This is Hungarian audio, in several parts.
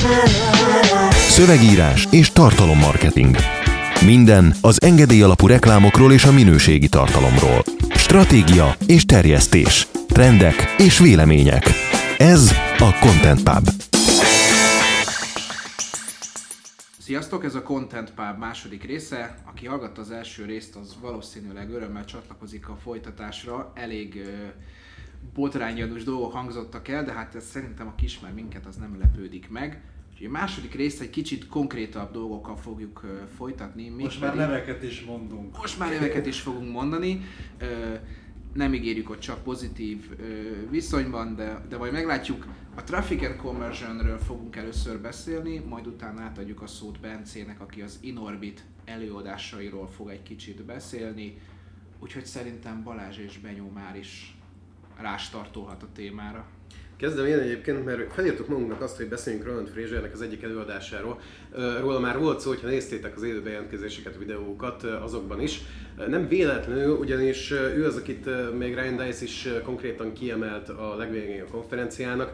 Szövegírás és tartalommarketing. Minden az engedély alapú reklámokról és a minőségi tartalomról. Stratégia és terjesztés. Trendek és vélemények. Ez a Content Pub. Sziasztok, ez a Content Pub második része. Aki hallgatta az első részt, az valószínűleg örömmel csatlakozik a folytatásra. Elég botránygyanús dolgok hangzottak el, de hát ez szerintem, aki ismer minket, az nem lepődik meg. Úgyhogy a második részt egy kicsit konkrétabb dolgokkal fogjuk folytatni. Most már neveket is mondunk. Most már neveket is fogunk mondani. Nem ígérjük, hogy csak pozitív viszonyban, de majd meglátjuk. A Traffic and Conversionről fogunk először beszélni, majd utána átadjuk a szót Bencének, aki az Inorbit előadásairól fog egy kicsit beszélni. Úgyhogy szerintem Balázs és Benyó már is rástartolhat a témára. Kezdem én egyébként, mert felírtuk magunknak azt, hogy beszéljünk Roland Frasernek az egyik előadásáról. Róla már volt szó, hogyha néztétek az élő bejelentkezéseket, videókat azokban is. Nem véletlenül, ugyanis ő az, akit még Ryan Deiss is konkrétan kiemelt a legvégén a konferenciának.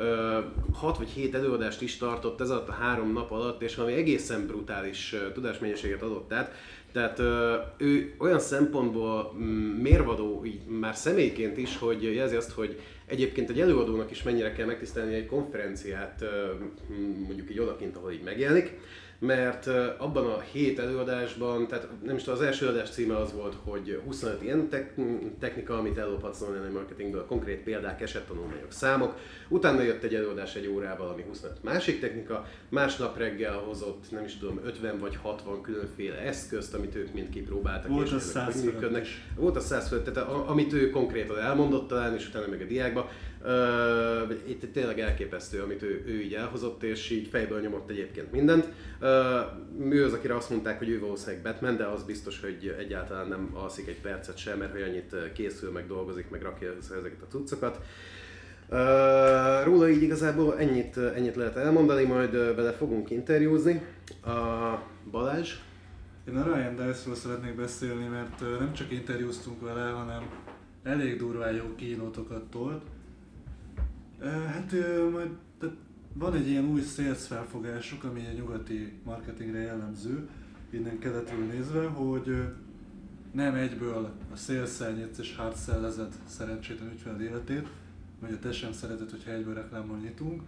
6 vagy 7 előadást is tartott ez alatt a 3 nap alatt, és valami egészen brutális tudásmennyiséget adott át. Tehát ő olyan szempontból mérvadó, így már személyként is, hogy jelzi azt, hogy egyébként egy előadónak is mennyire kell megtisztelni egy konferenciát, mondjuk így odakint, ahol így megjelenik. Mert abban a 7 előadásban, tehát nem is tudom, az első előadás címe az volt, hogy 25 ilyen technika, amit ellophatsz online marketingből, konkrét példák, esettanulmányok, számok. Utána jött egy előadás egy órával, ami 25 másik technika. Másnap reggel hozott, nem is tudom, 50 vagy 60 különféle eszközt, amit ők mind kipróbáltak. Volt és a 100 működnek. Volt a 100 fölött, tehát amit ő konkrétan elmondott talán, és utána meg a diákba. Itt tényleg elképesztő, amit ő így elhozott, és így fejből nyomott egyébként mindent. Ő az, akire azt mondták, hogy ő valószínűleg Batman, de az biztos, hogy egyáltalán nem alszik egy percet sem, mert hogy annyit készül, meg dolgozik, meg rakja ezeket a cuccokat. Róla így igazából ennyit lehet elmondani, majd vele fogunk interjúzni. Balázs? Én a Ryan Deissről szeretnék beszélni, mert nem csak interjúztunk vele, hanem elég durván jó kínótokat tolt. Majd van egy ilyen új sales felfogásuk, ami a nyugati marketingre jellemző, innen keletről nézve, hogy nem egyből a sales-szel nyitsz és hard sell-ezed szerencsétlen ügyfeled életét, vagy te sem szereted, hogyha egyből reklámmal nyitunk,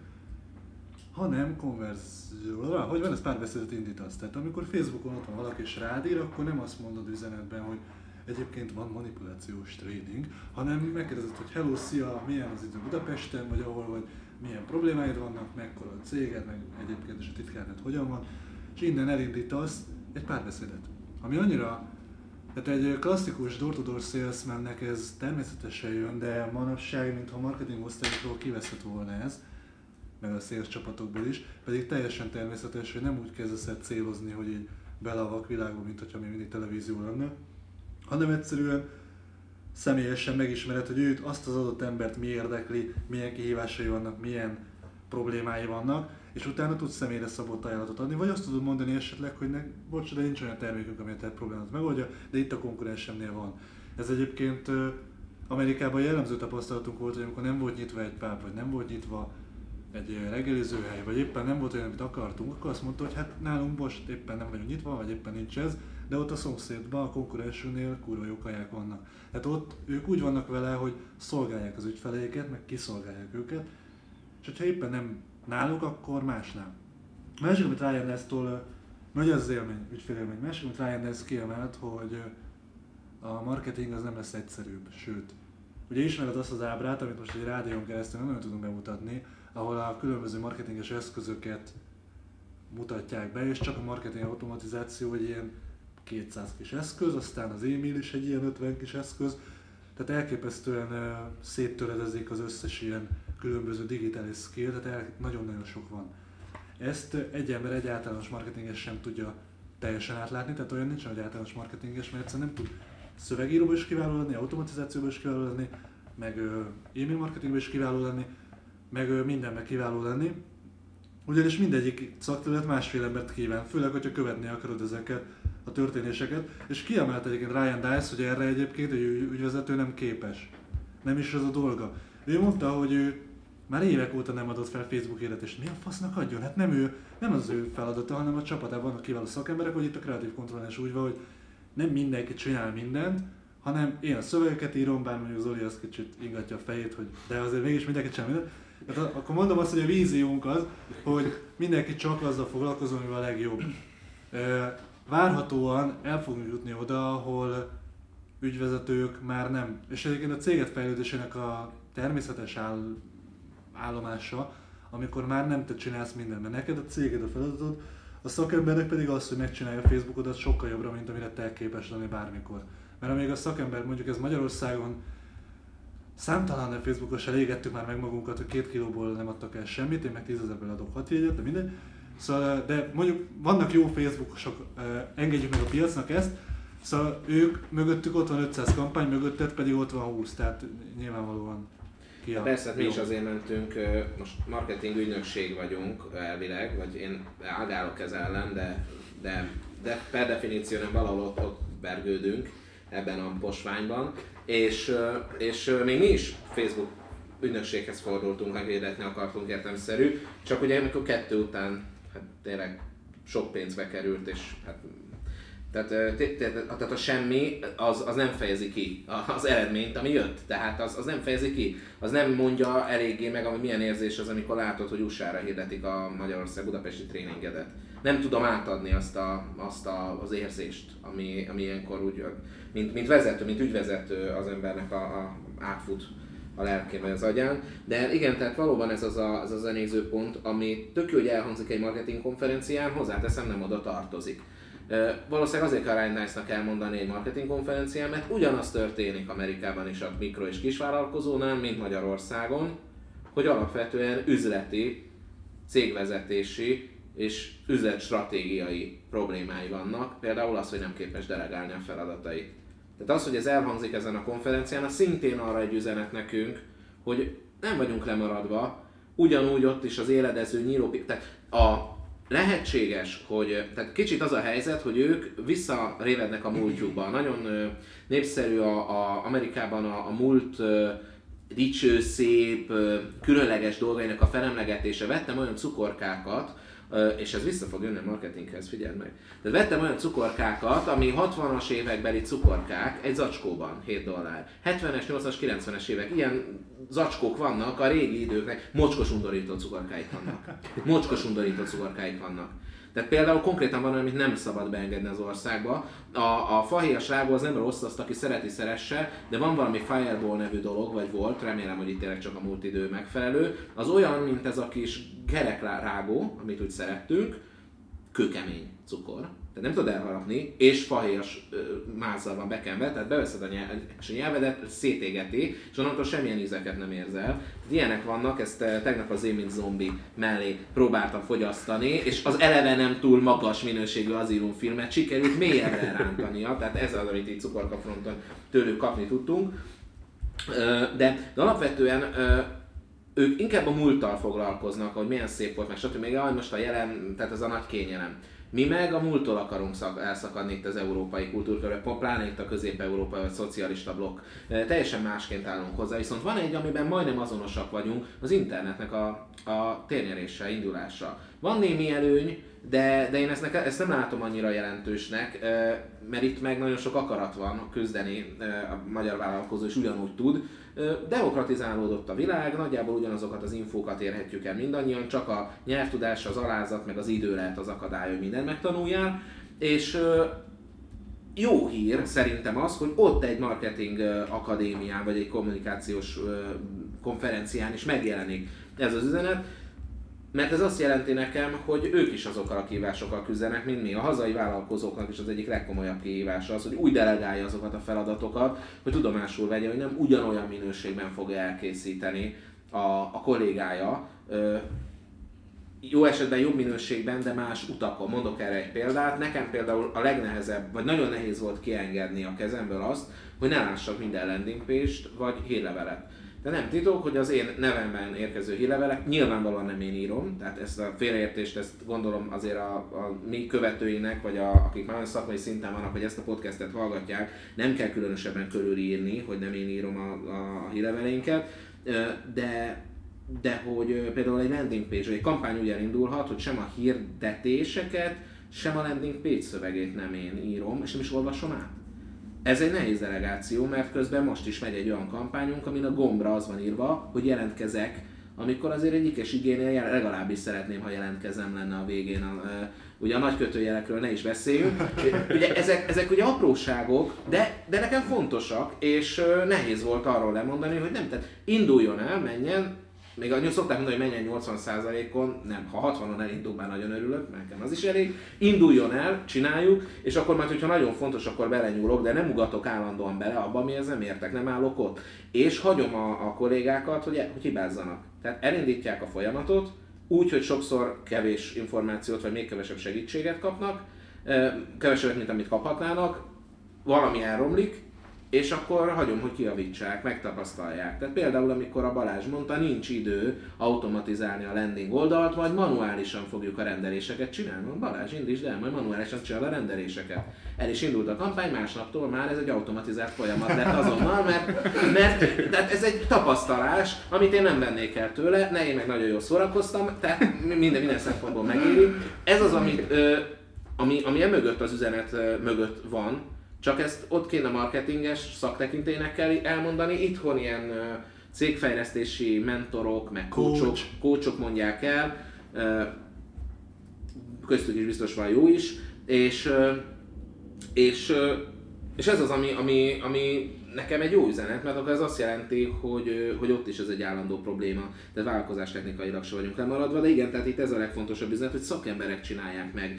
hanem konverzióra, hogy van, ez párbeszédet indítasz. Tehát amikor Facebookon ott van valaki és rád ír, akkor nem azt mondod üzenetben, hogy egyébként van manipulációs trading, hanem megkérdezed, hogy hello, szia, milyen az idő Budapesten, vagy ahol vagy, milyen problémáid vannak, mekkora a céged, meg egyébként is a titkárnőd hogyan van, és innen elindítasz egy párbeszédet. Ami annyira, tehát egy klasszikus door-to-door salesmannek ez természetesen jön, de manapság, mintha a marketing osztályokról kiveszett volna ez, meg a sales csapatokból is, pedig teljesen természetes, hogy nem úgy kezdesz el célozni, hogy így bele a vakvilágba, mint hogyha még mindig televízió lenne, hanem egyszerűen személyesen megismered, hogy őt, azt az adott embert mi érdekli, milyen kihívásai vannak, milyen problémái vannak, és utána tudsz személyre szabott ajánlatot adni, vagy azt tudod mondani esetleg, hogy bocs, de nincs olyan termékünk, ami a te problémát megoldja, de itt a konkurensemnél van. Ez egyébként Amerikában jellemző tapasztalatunk volt, hogy amikor nem volt nyitva egy pub, vagy nem volt nyitva egy reggelizőhely, vagy éppen nem volt olyan, amit akartunk, akkor azt mondta, hogy hát nálunk most éppen nem vagyunk nyitva, vagy éppen nincs ez, de ott a szomszédban, a konkurensünknél kurva jó kaják vannak. Tehát ott ők úgy vannak vele, hogy szolgálják az ügyfeleiket, meg kiszolgálják őket, és hogyha éppen nem náluk, akkor másnál. Másik, amit Ryan Deiss-tól, nagy az élmény, ügyfélélmény, másik, amit Ryan Deiss kiemelt, hogy a marketing az nem lesz egyszerűbb, sőt. Ugye ismered azt az ábrát, amit most egy rádión keresztül nem nagyon tudunk bemutatni, ahol a különböző marketinges eszközöket mutatják be, és csak a marketing automatizáció egy ilyen 200 kis eszköz, aztán az e-mail is egy ilyen 50 kis eszköz, tehát elképesztően széttöredezik az összes ilyen különböző digitális skill, tehát nagyon-nagyon sok van. Ezt egy ember, egy általános marketinges sem tudja teljesen átlátni, tehát olyan nincs, hogy általános marketinges, mert egyszerűen nem tud szövegíróba is kiváló lenni, automatizációba is kiváló lenni, meg e-mail marketingbe is kiváló lenni, meg mindenben kiváló lenni. Ugyanis mindegyik szakterület másfél embert kíván, főleg, hogyha követni akarod ezeket a történéseket. És kiemelt egyébként Ryan Deiss, hogy erre egyébként egy ügyvezető nem képes. Nem is az a dolga. Ő mondta, hogy ő már évek óta nem adott fel Facebook élet, és mi a fasznak adjon? Hát nem az ő feladata, hanem a csapatában vannak kiváló szakemberek, hogy itt a kreatív kontrollán is úgy van, hogy nem mindenki csinál mindent, hanem én a szövegeket írom, bár mondjuk Zoli az kicsit ingatja a fejét, hogy de azért mégis mindenki csinál mindent. Hát akkor mondom azt, hogy a víziónk az, hogy mindenki csak azzal foglalkozom, ami a legjobb. Várhatóan el fogunk jutni oda, ahol ügyvezetők már nem. És egyébként a céget fejlődésének a természetes állomása, amikor már nem te csinálsz mindent, mert neked a céged a feladatod, a szakembernek pedig az, hogy megcsinálja a Facebookodat sokkal jobbra, mint amire te képes lenni bármikor. Mert amíg a szakember, mondjuk ez Magyarországon, számtalan Facebookos elégettük már meg magunkat, hogy 2 kilóból nem adtak el semmit, én meg 10 000-ből adok 6 jegyet, de mindegy. Szóval, de mondjuk vannak jó Facebookosok, engedjük meg a piacnak ezt, szóval ők mögöttük ott van 500 kampány, mögötted pedig ott van 20, tehát nyilvánvalóan ki a persze, mi is azért mentünk, most marketing ügynökség vagyunk elvileg, vagy én ágálok ez ellen, de per definíció nem valahol ott vergődünk ebben a posványban, és még mi is Facebook ügynökséghez fordultunk, meghirdetni akartunk értelemszerű, csak ugye amikor 2 után hát tényleg sok pénzbe került, és hát tehát a semmi az nem fejezi ki az eredményt, ami jött, tehát az nem fejezi ki, az nem mondja eléggé meg, hogy milyen érzés az, amikor látod, hogy USA-ra hirdetik a Magyarország budapesti tréningedet. Nem tudom átadni azt az érzést, ami ilyenkor úgy, mint vezető, mint ügyvezető az embernek átfut a lelkén vagy az agyán. De igen, tehát valóban ez az a nézőpont, ami tök jó, hogy elhangzik egy marketing konferencián, hozzáteszem, nem oda tartozik. Valószínűleg azért kell Ryan Nice-nak elmondani egy marketing konferencián, mert ugyanaz történik Amerikában is a mikro- és kisvállalkozónál, mint Magyarországon, hogy alapvetően üzleti, cégvezetési és üzletstratégiai problémái vannak, például az, hogy nem képes delegálni a feladatait. Tehát az, hogy ez elhangzik ezen a konferencián, az szintén arra egy üzenet nekünk, hogy nem vagyunk lemaradva, ugyanúgy ott is az éledező nyíló... Tehát lehetséges, hogy tehát kicsit az a helyzet, hogy ők visszarévednek a múltjukba. Nagyon népszerű Amerikában a múlt dicső, szép, különleges dolgainak a felemlegetése. Vettem olyan cukorkákat, és ez vissza fog jönni a marketinghez, figyeld meg. Tehát vettem olyan cukorkákat, ami 60-as évekbeli cukorkák, egy zacskóban, $7. 70-es, 80-as, 90-es évek, ilyen zacskók vannak a régi időknek, mocskos undorító cukorkáik vannak. Tehát például konkrétan van, amit nem szabad beengedni az országba. A fahéjas rágó az nem rossz, azt aki szereti, szeresse, de van valami Fireball nevű dolog, vagy volt, remélem, hogy itt tényleg csak a múlt idő megfelelő. Az olyan, mint ez a kis gerekrágó, amit úgy szerettünk, kőkemény cukor. Tehát nem tudod elharapni, és fahéjas mázzal van bekenve, tehát beveszed a nyelvedet, szétégeti, és onnantól semmilyen ízeket nem érzel. Tehát ilyenek vannak, ezt tegnap az Én mint zombi mellé próbáltam fogyasztani, és az eleve nem túl magas minőségű azilumfilmet sikerült mélyebbre rántania, tehát ez az, amit így cukorkafronton tőlük kapni tudtunk. De alapvetően ők inkább a múlttal foglalkoznak, hogy milyen szép volt, meg stb. Még most a jelen, tehát ez a nagy kényelem. Mi meg a múlttól akarunk elszakadni itt az európai kultúrkörben, pláne itt a közép-európai vagy szocialista blokk. Teljesen másként állunk hozzá, viszont van egy, amiben majdnem azonosak vagyunk, az internetnek a térnyerése, indulása. Van némi előny, de én ezt nem látom annyira jelentősnek, mert itt meg nagyon sok akarat van küzdeni, a magyar vállalkozó is ugyanúgy tud. Demokratizálódott a világ, nagyjából ugyanazokat az infókat érhetjük el mindannyian, csak a nyelvtudás, az alázat, meg az idő lehet az akadály, hogy mindent megtanuljál. És jó hír szerintem az, hogy ott egy marketing akadémián, vagy egy kommunikációs konferencián is megjelenik ez az üzenet. Mert ez azt jelenti nekem, hogy ők is azokkal a kihívásokkal küzdenek, mint mi. A hazai vállalkozóknak is az egyik legkomolyabb kihívása az, hogy úgy delegálja azokat a feladatokat, hogy tudomásul vegye, hogy nem ugyanolyan minőségben fogja elkészíteni a kollégája. Jó esetben jobb minőségben, de más utakon. Mondok erre egy példát. Nekem például a legnehezebb, vagy nagyon nehéz volt kiengedni a kezemből azt, hogy ne lássak minden landing page-t, vagy hírlevelet. De nem titok, hogy az én nevemben érkező hírlevelek nyilvánvalóan nem én írom, tehát ezt a félreértést ezt gondolom azért a mi követőinek, vagy akik már olyan szakmai szinten vannak, hogy ezt a podcastet hallgatják, nem kell különösebben körülírni, hogy nem én írom a hírleveleinket, de de hogy például egy landing page, egy kampány úgy elindulhat, hogy sem a hirdetéseket, sem a landing page szövegét nem én írom, és nem is olvasom át. Ez egy nehéz delegáció, mert közben most is megy egy olyan kampányunk, amin a gombra az van írva, hogy jelentkezek, amikor azért egy ikes igénél legalábbis szeretném, ha jelentkezem lenne a végén. Ugye a nagy kötőjelekről ne is beszéljünk. Ugye ezek ugye apróságok, de nekem fontosak, és nehéz volt arról lemondani, hogy nem, tehát induljon el, menjen, még szokták mondani, hogy menjen 80%-on, nem, ha 60-on elindul, már nagyon örülök, nekem az is elég. Induljon el, csináljuk, és akkor majd, hogyha nagyon fontos, akkor belenyúlok, de nem ugatok állandóan bele abba, amihez nem értek, nem állok ott. És hagyom a kollégákat, hogy hibázzanak. Tehát elindítják a folyamatot, úgy, hogy sokszor kevés információt, vagy még kevesebb segítséget kapnak, kevesebbet, mint amit kaphatnának, valami elromlik, és akkor hagyom, hogy kijavítsák, megtapasztalják. Tehát például, amikor a Balázs mondta, nincs idő automatizálni a landing oldalt, majd manuálisan fogjuk a rendeléseket csinálni. Balázs, indítsd el, majd manuálisan csinál a rendeléseket. El is indult a kampány, másnaptól már ez egy automatizált folyamat lett azonnal, mert tehát ez egy tapasztalás, amit én nem vennék el tőle, én meg nagyon jól szórakoztam, tehát minden szempontból megéri. Ez az, ami mögött az üzenet mögött van, csak ezt ott kéne marketinges szaktekintélynek kell elmondani, itthon ilyen cégfejlesztési mentorok, meg coachok mondják el, köztük is biztos van jó is, és ez az, ami nekem egy jó üzenet, mert akkor ez azt jelenti, hogy ott is ez egy állandó probléma, de vállalkozás technikailag se vagyunk lemaradva, de igen, tehát itt ez a legfontosabb üzenet, hogy szakemberek csinálják meg,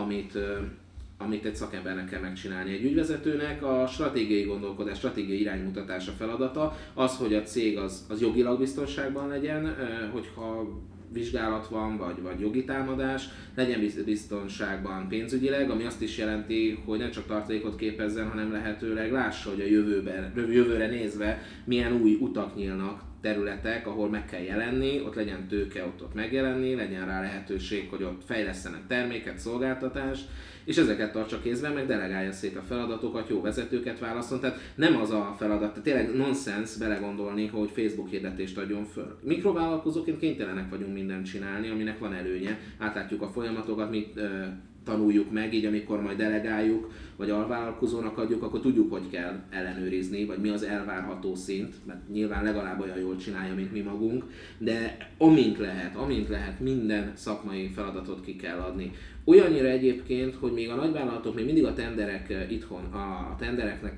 amit egy szakembernek kell megcsinálni. Egy ügyvezetőnek a stratégiai gondolkodás, stratégiai iránymutatás a feladata, az, hogy a cég az jogilag biztonságban legyen, hogyha vizsgálat van, vagy jogi támadás, legyen biztonságban pénzügyileg, ami azt is jelenti, hogy nem csak tartalékot képezzen, hanem lehetőleg lássa, hogy a jövőre nézve milyen új utak nyílnak, területek, ahol meg kell jelenni, ott legyen tőke, ott megjelenni, legyen rá lehetőség, hogy ott fejlesztenek terméket, szolgáltatást, és ezeket tartsa kézben, meg delegálja szét a feladatokat, jó vezetőket válaszol. Tehát nem az a feladat, tehát tényleg nonsens belegondolni, hogy Facebook hirdetést adjon föl. Mikrovállalkozóként kénytelenek vagyunk mindent csinálni, aminek van előnye. Átlátjuk a folyamatokat, mit tanuljuk meg, így amikor majd delegáljuk, vagy alvállalkozónak adjuk, akkor tudjuk, hogy kell ellenőrizni, vagy mi az elvárható szint, mert nyilván legalább olyan jól csinálja, mint mi magunk, de amint lehet, minden szakmai feladatot ki kell adni. Olyannyira egyébként, hogy még a nagyvállalatok még mindig a tenderek itthon, a tendereknek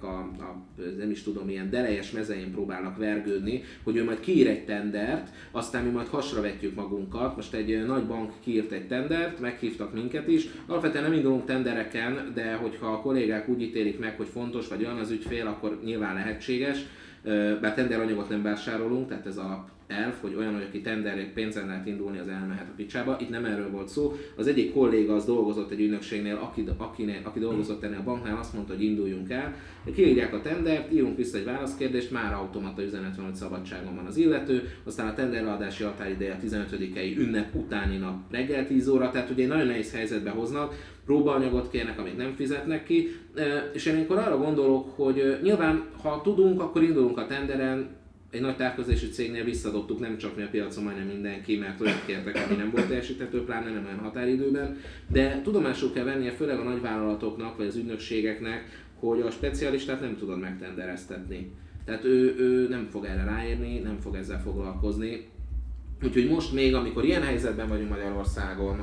nem is tudom, ilyen delejes mezein próbálnak vergődni, hogy ő majd kiír egy tendert, aztán mi majd hasra vetjük magunkat. Most egy nagy bank kiírt egy tendert, meghívtak minket is. Alapvetően nem indulunk tendereken, de hogyha a kollégák úgy ítélik meg, hogy fontos vagy olyan az ügyfél, akkor nyilván lehetséges. Bár tenderanyagot nem vásárolunk, tehát ez a elf, hogy olyan, hogy aki tenderért pénzen lehet indulni, az elmehet a picsába. Itt nem erről volt szó. Az egyik kolléga az dolgozott egy ügynökségnél, aki dolgozott ennél a banknál, azt mondta, hogy induljunk el. Kiírják a tendert, írunk vissza egy válaszkérdést, már automata üzenet van, hogy szabadságon van az illető, aztán a tenderleadási határideje a 15-i ünnep utáni nap reggel 10 óra, tehát ugye egy nagyon nehéz helyzetbe hoznak, próbaanyagot kérnek, amit nem fizetnek ki, és én ilyenkor arra gondolok, hogy nyilván, ha tudunk, akkor indulunk a tenderen. Egy nagy távközlési cégnél visszadobtuk, nem csak mi a piacon, majdnem mindenki, mert olyat kértek, ami nem volt teljesíthető, pláne nem olyan határidőben. De tudomásul kell vennie, főleg a nagyvállalatoknak, vagy az ügynökségeknek, hogy a specialistát nem tudod megtendereztetni. Tehát ő nem fog erre ráérni, nem fog ezzel foglalkozni. Úgyhogy most még, amikor ilyen helyzetben vagyunk Magyarországon,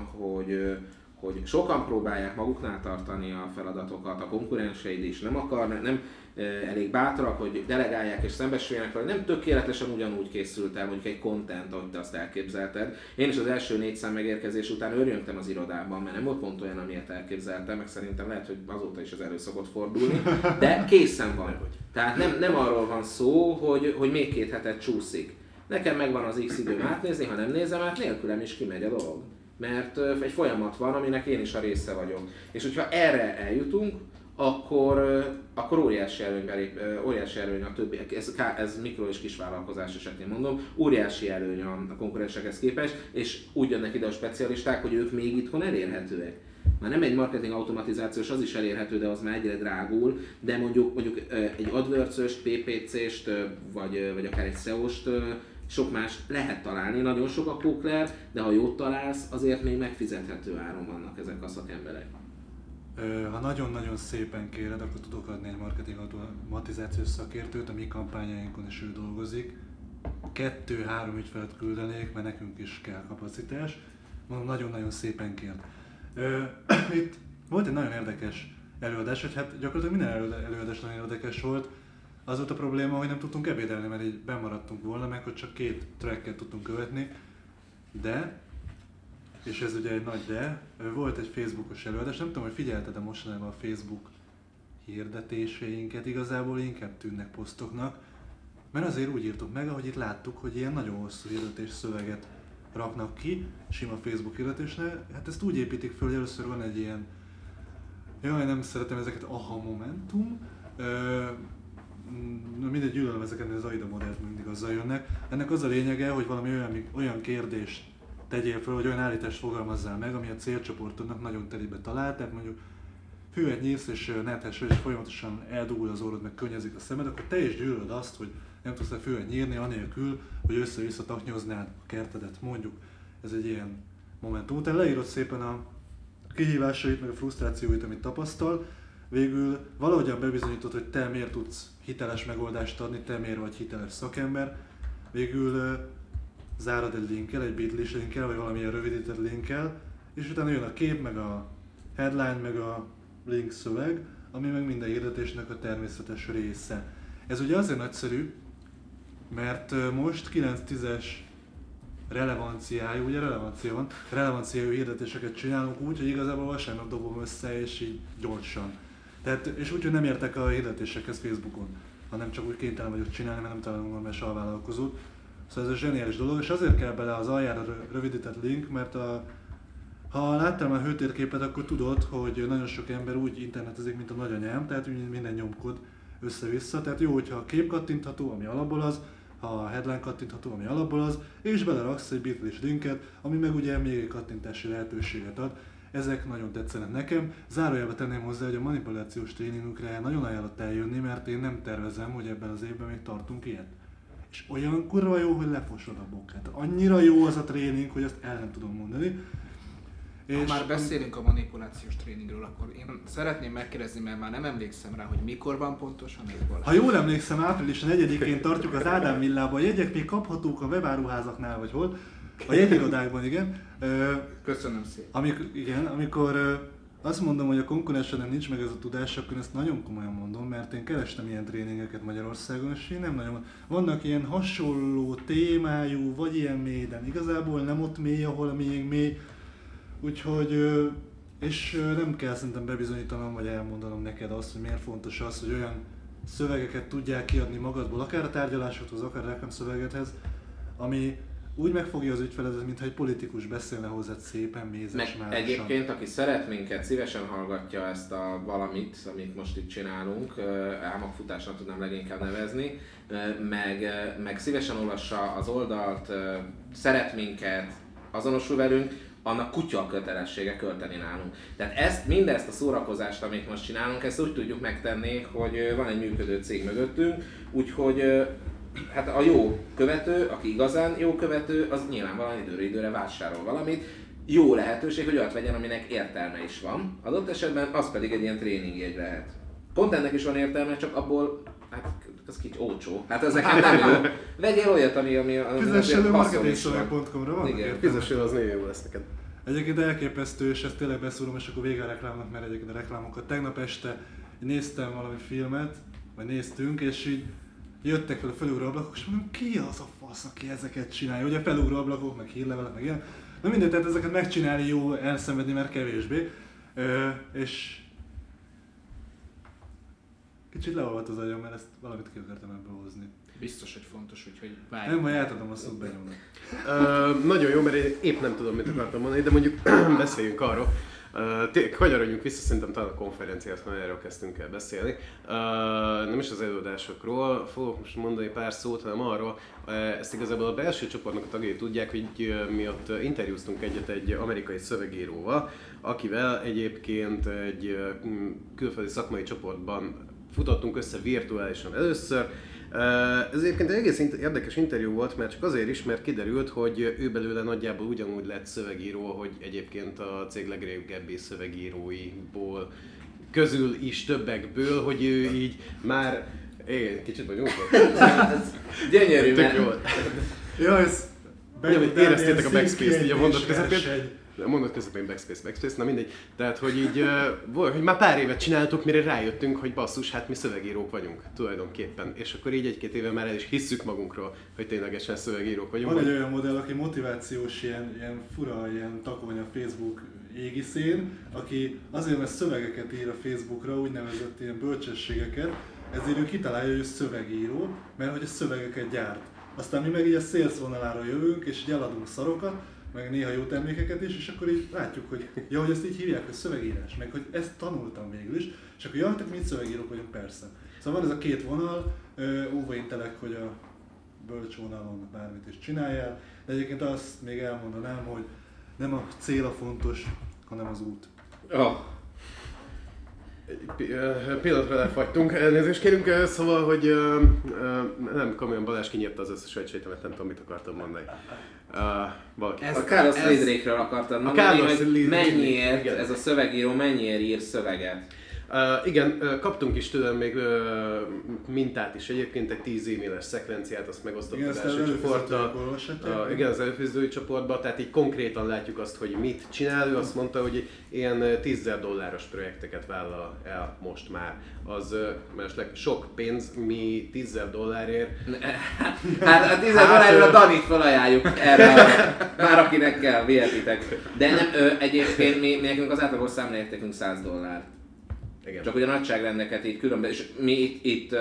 hogy sokan próbálják maguknál tartani a feladatokat, a konkurenseid is nem elég bátrak, hogy delegálják és szembesüljenek vele, nem tökéletesen ugyanúgy készült el mondjuk egy content, ahogy te azt elképzelted. Én is az első 4 szám megérkezés után örjöntem az irodában, mert nem volt pont olyan, amilyet elképzeltem, meg szerintem lehet, hogy azóta is ez elő szokott fordulni, de készen van. Tehát nem arról van szó, hogy még 2 hetet csúszik. Nekem megvan az X időm átnézni, ha nem nézem át, nélkülem is kimegy a dolog. Mert egy folyamat van, aminek én is a része vagyok. És hogyha erre eljutunk, akkor óriási előny a többi, ez mikro és kisvállalkozás esetén mondom, óriási előny a konkurensekhez képest, és úgy jönnek ide a specialisták, hogy ők még itthon elérhetőek. Már nem egy marketing automatizációs, az is elérhető, de az már egyre drágul, de mondjuk egy AdWords-öst, PPC-st, vagy akár egy SEO-st sok más lehet találni, nagyon sok a kókler, de ha jót találsz, azért még megfizethető áron vannak ezek a szakemberek. Ha nagyon-nagyon szépen kéred, akkor tudok adni egy marketing automatizációs szakértőt, a mi kampányainkon is ő dolgozik. 2-3 ügyfelet küldenék, mert nekünk is kell kapacitás. Mondom, nagyon-nagyon szépen kér. Itt volt egy nagyon érdekes előadás, hogy hát gyakorlatilag minden előadás nagyon érdekes volt. Az volt a probléma, hogy nem tudtunk ebédelni, mert így bemaradtunk volna, meg hogy csak 2 tracket tudtunk követni. De, és ez ugye egy nagy de, volt egy Facebookos előadás, nem tudom, hogy figyelted, de mostanában a Facebook hirdetéseinket igazából inkább tűnnek posztoknak, mert azért úgy írtuk meg, ahogy itt láttuk, hogy ilyen nagyon hosszú hirdetés szöveget raknak ki, sima Facebook hirdetésnél. Hát ezt úgy építik föl, hogy először van egy ilyen, jaj, nem szeretem ezeket, aha momentum, mindegy, gyűlölöm ezeket, az AIDA modellt mindig azzal jönnek. Ennek az a lényege, hogy valami olyan kérdést tegyél föl, vagy olyan állítást fogalmazzál meg, ami a célcsoportodnak nagyon telibe talált, tehát mondjuk füvet nyírsz és nethes és folyamatosan eldugul az orrod, meg könnyezik a szemed, akkor te is gyűlölöd azt, hogy nem tudsz a füvet nyírni anélkül, hogy össze-vissza taknyoznád a kertedet, mondjuk. Ez egy ilyen momentum. Utána leírod szépen a kihívásait, meg a frusztrációit, amit tapasztal, végül valahogyan bebizonyítod, hogy te miért tudsz hiteles megoldást adni, te miért vagy hiteles szakember, végül zárad egy linkkel, egy Bitly linkkel, vagy valamilyen rövidített linkkel, és utána jön a kép, meg a headline, meg a link szöveg, ami meg minden hirdetésnek a természetes része. Ez ugye azért nagyszerű, mert most 9-10-es relevanciájú, ugye relevanciájú hirdetéseket csinálunk úgy, hogy igazából vasárnap dobom össze, és így gyorsan. Tehát, és úgy, hogy nem értek a hirdetésekhez Facebookon, hanem csak úgy kénytelen vagyok csinálni, mert nem találom normális alvállalkozót. Szóval ez egy zseniális dolog, és azért kell bele az aljára rövidített link, mert ha láttál már hőtérképet, akkor tudod, hogy nagyon sok ember úgy internetezik, mint a nagyanyám, tehát minden nyomkod össze-vissza. Tehát jó, hogyha a kép kattintható, ami alapból az, ha a headline kattintható, ami alapból az, és beleraksz egy Bitly linket, ami meg ugye még egy kattintási lehetőséget ad. Ezek nagyon tetszenek nekem. Zárójelbe tenném hozzá, hogy a manipulációs tréningünkre nagyon ajánlott eljönni, mert én nem tervezem, hogy ebben az évben még tartunk ilyet. És olyan kurva jó, hogy lefosod a bokát. Annyira jó az a tréning, hogy azt el nem tudom mondani. Ha már beszélünk a manipulációs tréningről, akkor én szeretném megkérdezni, mert már nem emlékszem rá, hogy mikor van pontosan évból. Ha jól emlékszem, április 4-én tartjuk az Ádám Villában. A jegyek még kaphatók a webáruházaknál, vagy hol. A jegyirodákban, igen. Köszönöm szépen. Amikor azt mondom, hogy a konkurensenek nincs meg ez a tudás, akkor ezt nagyon komolyan mondom, mert én kerestem ilyen tréningeket Magyarországon, és én nem nagyon. Vannak ilyen hasonló témájú, vagy ilyen mély, de igazából nem ott mély, ahol a miénk mély. Úgyhogy, és nem kell szerintem bebizonyítanom, vagy elmondanom neked azt, hogy miért fontos az, hogy olyan szövegeket tudják kiadni magadból, akár a tárgyalásodhoz, akár a reklámszövegedhez, ami úgy megfogja az ügyfeledet, mintha egy politikus beszélne hozzád szépen, mézes, márosan. Egyébként, aki szeret minket, szívesen hallgatja ezt a valamit, amit most itt csinálunk, álmokfutásnak tudnám leginkább nevezni, meg szívesen olvassa az oldalt, szeret minket, azonosul velünk, annak kutya kötelessége költeni nálunk. Tehát mindezt a szórakozást, amit most csinálunk, ezt úgy tudjuk megtenni, hogy van egy működő cég mögöttünk, úgyhogy hát a jó követő, aki igazán jó követő, az nyilvánvalóan időről időre vásárol valamit. Jó lehetőség, hogy olyat vegyen, aminek értelme is van. Adott esetben az pedig egy ilyen tréningjegy lehet. Pont ennek is van értelme, csak abból, hát az kicsi ócsó. Hát ez nekem nem jó. Vegyél olyat, ami Fizessél a marketingszöveg.com-ra, vannak értelme. Fizessél, az nagyon jó lesz neked. Egyébként elképesztő, és ezt tényleg beszúrom, és akkor vége a reklámnak, mert egyébként a reklámokat. Tegnap este néztem valami filmet, vagy néztünk, és így jöttek fel a felugró ablakok, és mondom, ki az a fasz, aki ezeket csinálja? Ugye felugró ablakok, meg hírlevelek, meg ilyen. Na mindegy, tehát ezeket megcsinálni jó, elszenvedni már kevésbé. És kicsit leolvadt az agyam, mert ezt valamit ki akartam ebből hozni. Biztos, hogy fontos, úgyhogy várj. Nem, majd átadom a szót Benyónak. Nagyon jó, mert én épp nem tudom, mit akartam mondani, de mondjuk beszéljünk arról. Kanyarodjunk vissza, szerintem talán a konferenciát, ha erről kezdtünk el beszélni. Nem is az előadásokról fogok most mondani pár szót, hanem arról, ezt igazából a belső csoportnak a tagjai tudják, hogy mi ott interjúztunk egyet egy amerikai szövegíróval, akivel egyébként egy külföldi szakmai csoportban futottunk össze virtuálisan először. Ez egyébként egy egész érdekes interjú volt, mert csak azért is, mert kiderült, hogy ő belőle nagyjából ugyanúgy lett szövegíró, hogy egyébként a cég legrégebbi szövegíróiból közül is többekből, hogy ő így már... kicsit vagyunk ott. Gyönyörű, Tök jó. Ja, ez... Éreztétek a backspace-t így a mondat közepén? A mondat közepén backspace, na mindegy. Tehát, hogy így, hogy már pár évet csináltuk, mire rájöttünk, hogy basszus, hát mi szövegírók vagyunk tulajdonképpen. És akkor így egy-két éve már el is hisszük magunkról, hogy ténylegesen szövegírók vagyunk. Van egy olyan modell, aki motivációs, ilyen fura, ilyen takony a Facebook égiszén, aki azért, mert szövegeket ír a Facebookra, úgynevezett ilyen bölcsességeket, ezért ő kitalálja, hogy ő szövegíró, mert hogy a szövegeket gyárt. Aztán mi meg így a sales vonalára jövünk, és így eladunk szarokat, meg néha jó termékeket is, és akkor így látjuk, hogy ja, hogy ezt így hívják, hogy szövegírás, meg hogy ezt tanultam végül is, és akkor jaj, tehát mi szövegírók vagyunk, persze. Szóval van ez a két vonal, óvaintelek, hogy a bölcs vonalon bármit is csináljál, de egyébként azt még elmondanám, hogy nem a cél a fontos, hanem az út. Pillanatra lefagytunk, elnézést kérünk, szóval, hogy nem, komolyan Balázs kinyírta az összes sejtemet, nem tudom, mit akartam mondani. A Carlos Friedrichről akartam mondani, hogy mennyiért ez a szövegíró, mennyiért ír szöveget. Igen, kaptunk is tőlem még mintát is egyébként, egy 10 e-mailes szekvenciát, azt megosztott az első csoportba. Igen, az előfizetői csoportba, tehát így konkrétan látjuk azt, hogy mit csinál. Ő azt mondta, hogy ilyen $10,000 projekteket vállal el most már. Az mellesleg sok pénz, mi $10,000. Hát a $10,000 a Danit felajánljuk erre, már akinek kell, vihetitek. De nem, egyébként mi nekünk az átlagos számlaértékünk $100. Igen. Csak hogy a nagyságrendeket így különben, és mi itt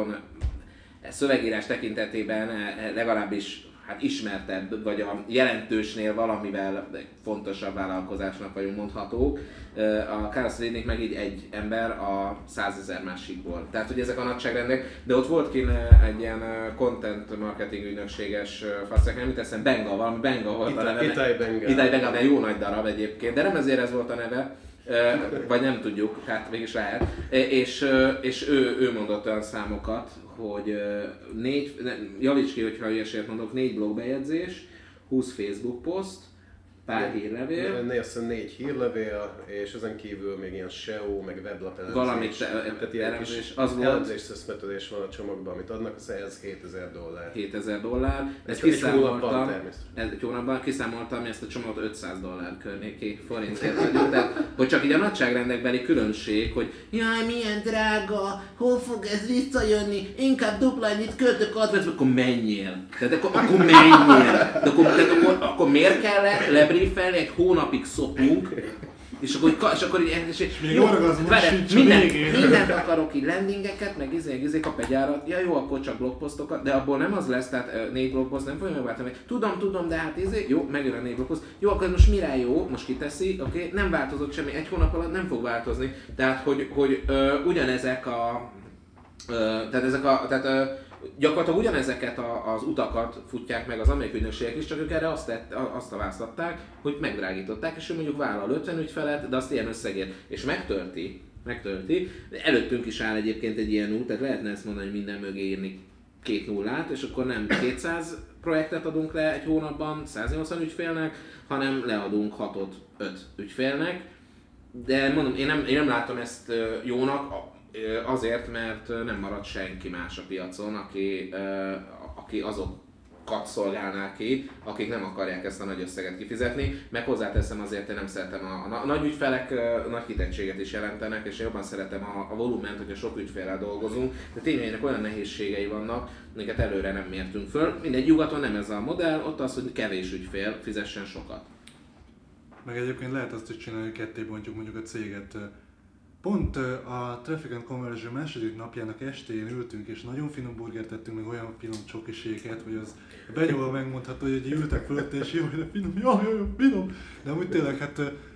szövegírás tekintetében legalábbis hát ismertebb, vagy a jelentősnél valamivel fontosabb vállalkozásnak vagyunk mondhatók. A Carlos Friedrich meg így egy ember a 100,000 másikból. Tehát, hogy ezek a nagyságrendek, de ott volt kint egy ilyen content marketing ügynökséges faszek, nem teszem, valami Benga volt a neve. Itai Benga, de jó nagy darab egyébként, de nem ezért ez volt a neve. Vagy nem tudjuk, hát mégis lehet. És ő mondott olyan számokat, hogy javíts ki, hogyha ilyesért mondok, 4 blogbejegyzés, 20 Facebook poszt, pár hírlevél. 4 hírlevél, és ezen kívül még ilyen SEO, meg weblap elemzés. Valamit elemzés, az volt. Elemzés szeszmetődés van a csomagban, amit adnak, az ez $7,000. $7,000. Ezt kiszámoltam. Egy hónapban kiszámoltam, ezt a csomagot $500 környéki forintért vagyunk. Tehát, hogy csak így a nagyságrendekbeli különbség, hogy jaj, milyen drága, hol fog ez visszajönni, inkább dupla ennyit költök adventbe, akkor menjél. Tehát akkor menjél. De akkor miért kellett lebriefelni, egy hónapig szopunk, és akkor így még orgazmus sincs a végén. Mindent akarok így, landingeket, meg izé kap egy árat, ja jó, akkor csak blogposztokat, de abból nem az lesz, tehát 4 blogposzt nem fogja megváltani, tudom, de hát jó, megjön a 4 blogposzt, jó, akkor most mire jó, most kiteszi, oké, nem változott semmi, egy hónap alatt nem fog változni, tehát hogy ugyanezek gyakorlatilag ugyanezeket az utakat futják meg az amerikai ügynökségek is, csak ők erre azt választották, hogy megdrágították, és ő mondjuk vállal 50 ügyfelet, de azt ilyen összegért, és megtölti. Előttünk is áll egyébként egy ilyen út, tehát lehetne ezt mondani, hogy minden mögé írni 2 nullát, és akkor nem 200 projektet adunk le egy hónapban 180 ügyfélnek, hanem leadunk 6-ot 5 ügyfélnek. De mondom, én nem látom ezt jónak, azért, mert nem marad senki más a piacon, aki azokat szolgálná ki, akik nem akarják ezt a nagy összeget kifizetni, meg hozzáteszem azért, én nem szeretem a nagy ügyfelek nagy kitettséget is jelentenek, és én jobban szeretem a volument, hogyha sok ügyféllel dolgozunk, de tényleg olyan nehézségei vannak, amiket előre nem mértünk föl. Mindegy, nyugaton nem ez a modell, ott az, hogy kevés ügyfél fizessen sokat. Meg egyébként lehet azt is csinálni, hogy ketté bontjuk mondjuk a céget. Pont a Traffic and Conversion második napjának estén ültünk, és nagyon finom burgert tettünk, meg olyan finom csokiséket, hogy az Benyóval megmondható, hogy ültek fölött, és jó, de finom, jó, finom. De amúgy tényleg, hát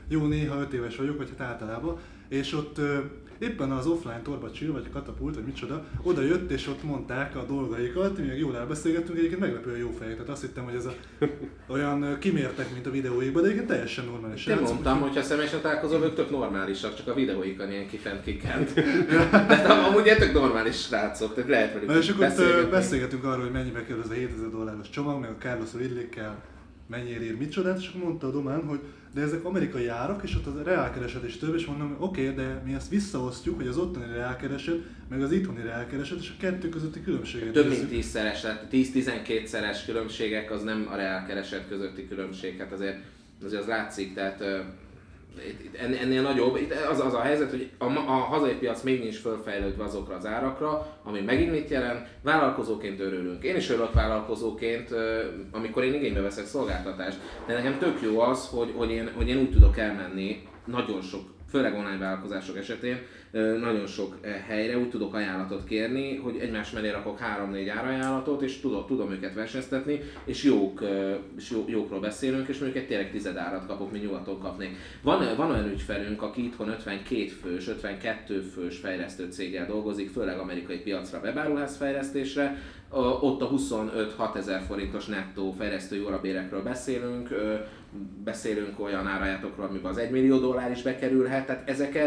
jó, néha 5 éves vagyok, vagy hát általában, és ott éppen az offline torba chill, vagy katapult, vagy micsoda, oda jött és ott mondták a dolgaikat, mi meg jól elbeszélgettünk, egyébként meglepően jó fejek, tehát azt hittem, hogy ez olyan kimértek, mint a videóikban, de egyébként teljesen normális. Én mondtam, hogy ha személyesen találkozol, ők tök normálisak, csak a videóikon ilyen kifent-kikent. De amúgy ilyen tök normális srácok, tehát lehet velük és akkor beszélgetni. beszélgetünk arról, hogy mennyibe kerül ez a $7000 csomag, meg a Carlos Ridley-kkel mennyire ér micsodát, és akkor mondta a Domán, hogy de ezek amerikai árak, és ott az reálkereset is több, és mondom, oké, de mi ezt visszaosztjuk, hogy az ottani reálkereset, meg az itthoni reálkereset, és a kettő közötti különbséget. Több mint 10-szeres, tehát 10-12-szeres különbségek az nem a reálkereset közötti különbség, hát azért az látszik, tehát ennél nagyobb, itt az a helyzet, hogy a hazai piac még nincs fölfejlődve azokra az árakra, ami megint mit jelent, vállalkozóként örülünk. Én is örülök vállalkozóként, amikor én igénybe veszek szolgáltatást, de nekem tök jó az, hogy én úgy tudok elmenni nagyon sok, főleg online vállalkozások esetén, nagyon sok helyre úgy tudok ajánlatot kérni, hogy egymás mellé rakok 3-4 árajánlatot, és tudom őket versenyeztetni, és jókról beszélünk, és mondjuk egy tényleg 10 árat kapok, mint nyugaton kapnék. Van olyan ügyfelünk, aki itthon 52 fős, 52 fős fejlesztő céggel dolgozik, főleg amerikai piacra, webáruház fejlesztésre, ott a 25-6 ezer forintos nettó fejlesztői órabérekről beszélünk olyan árajátokról, amiben az $1 millió is bekerülhet, tehát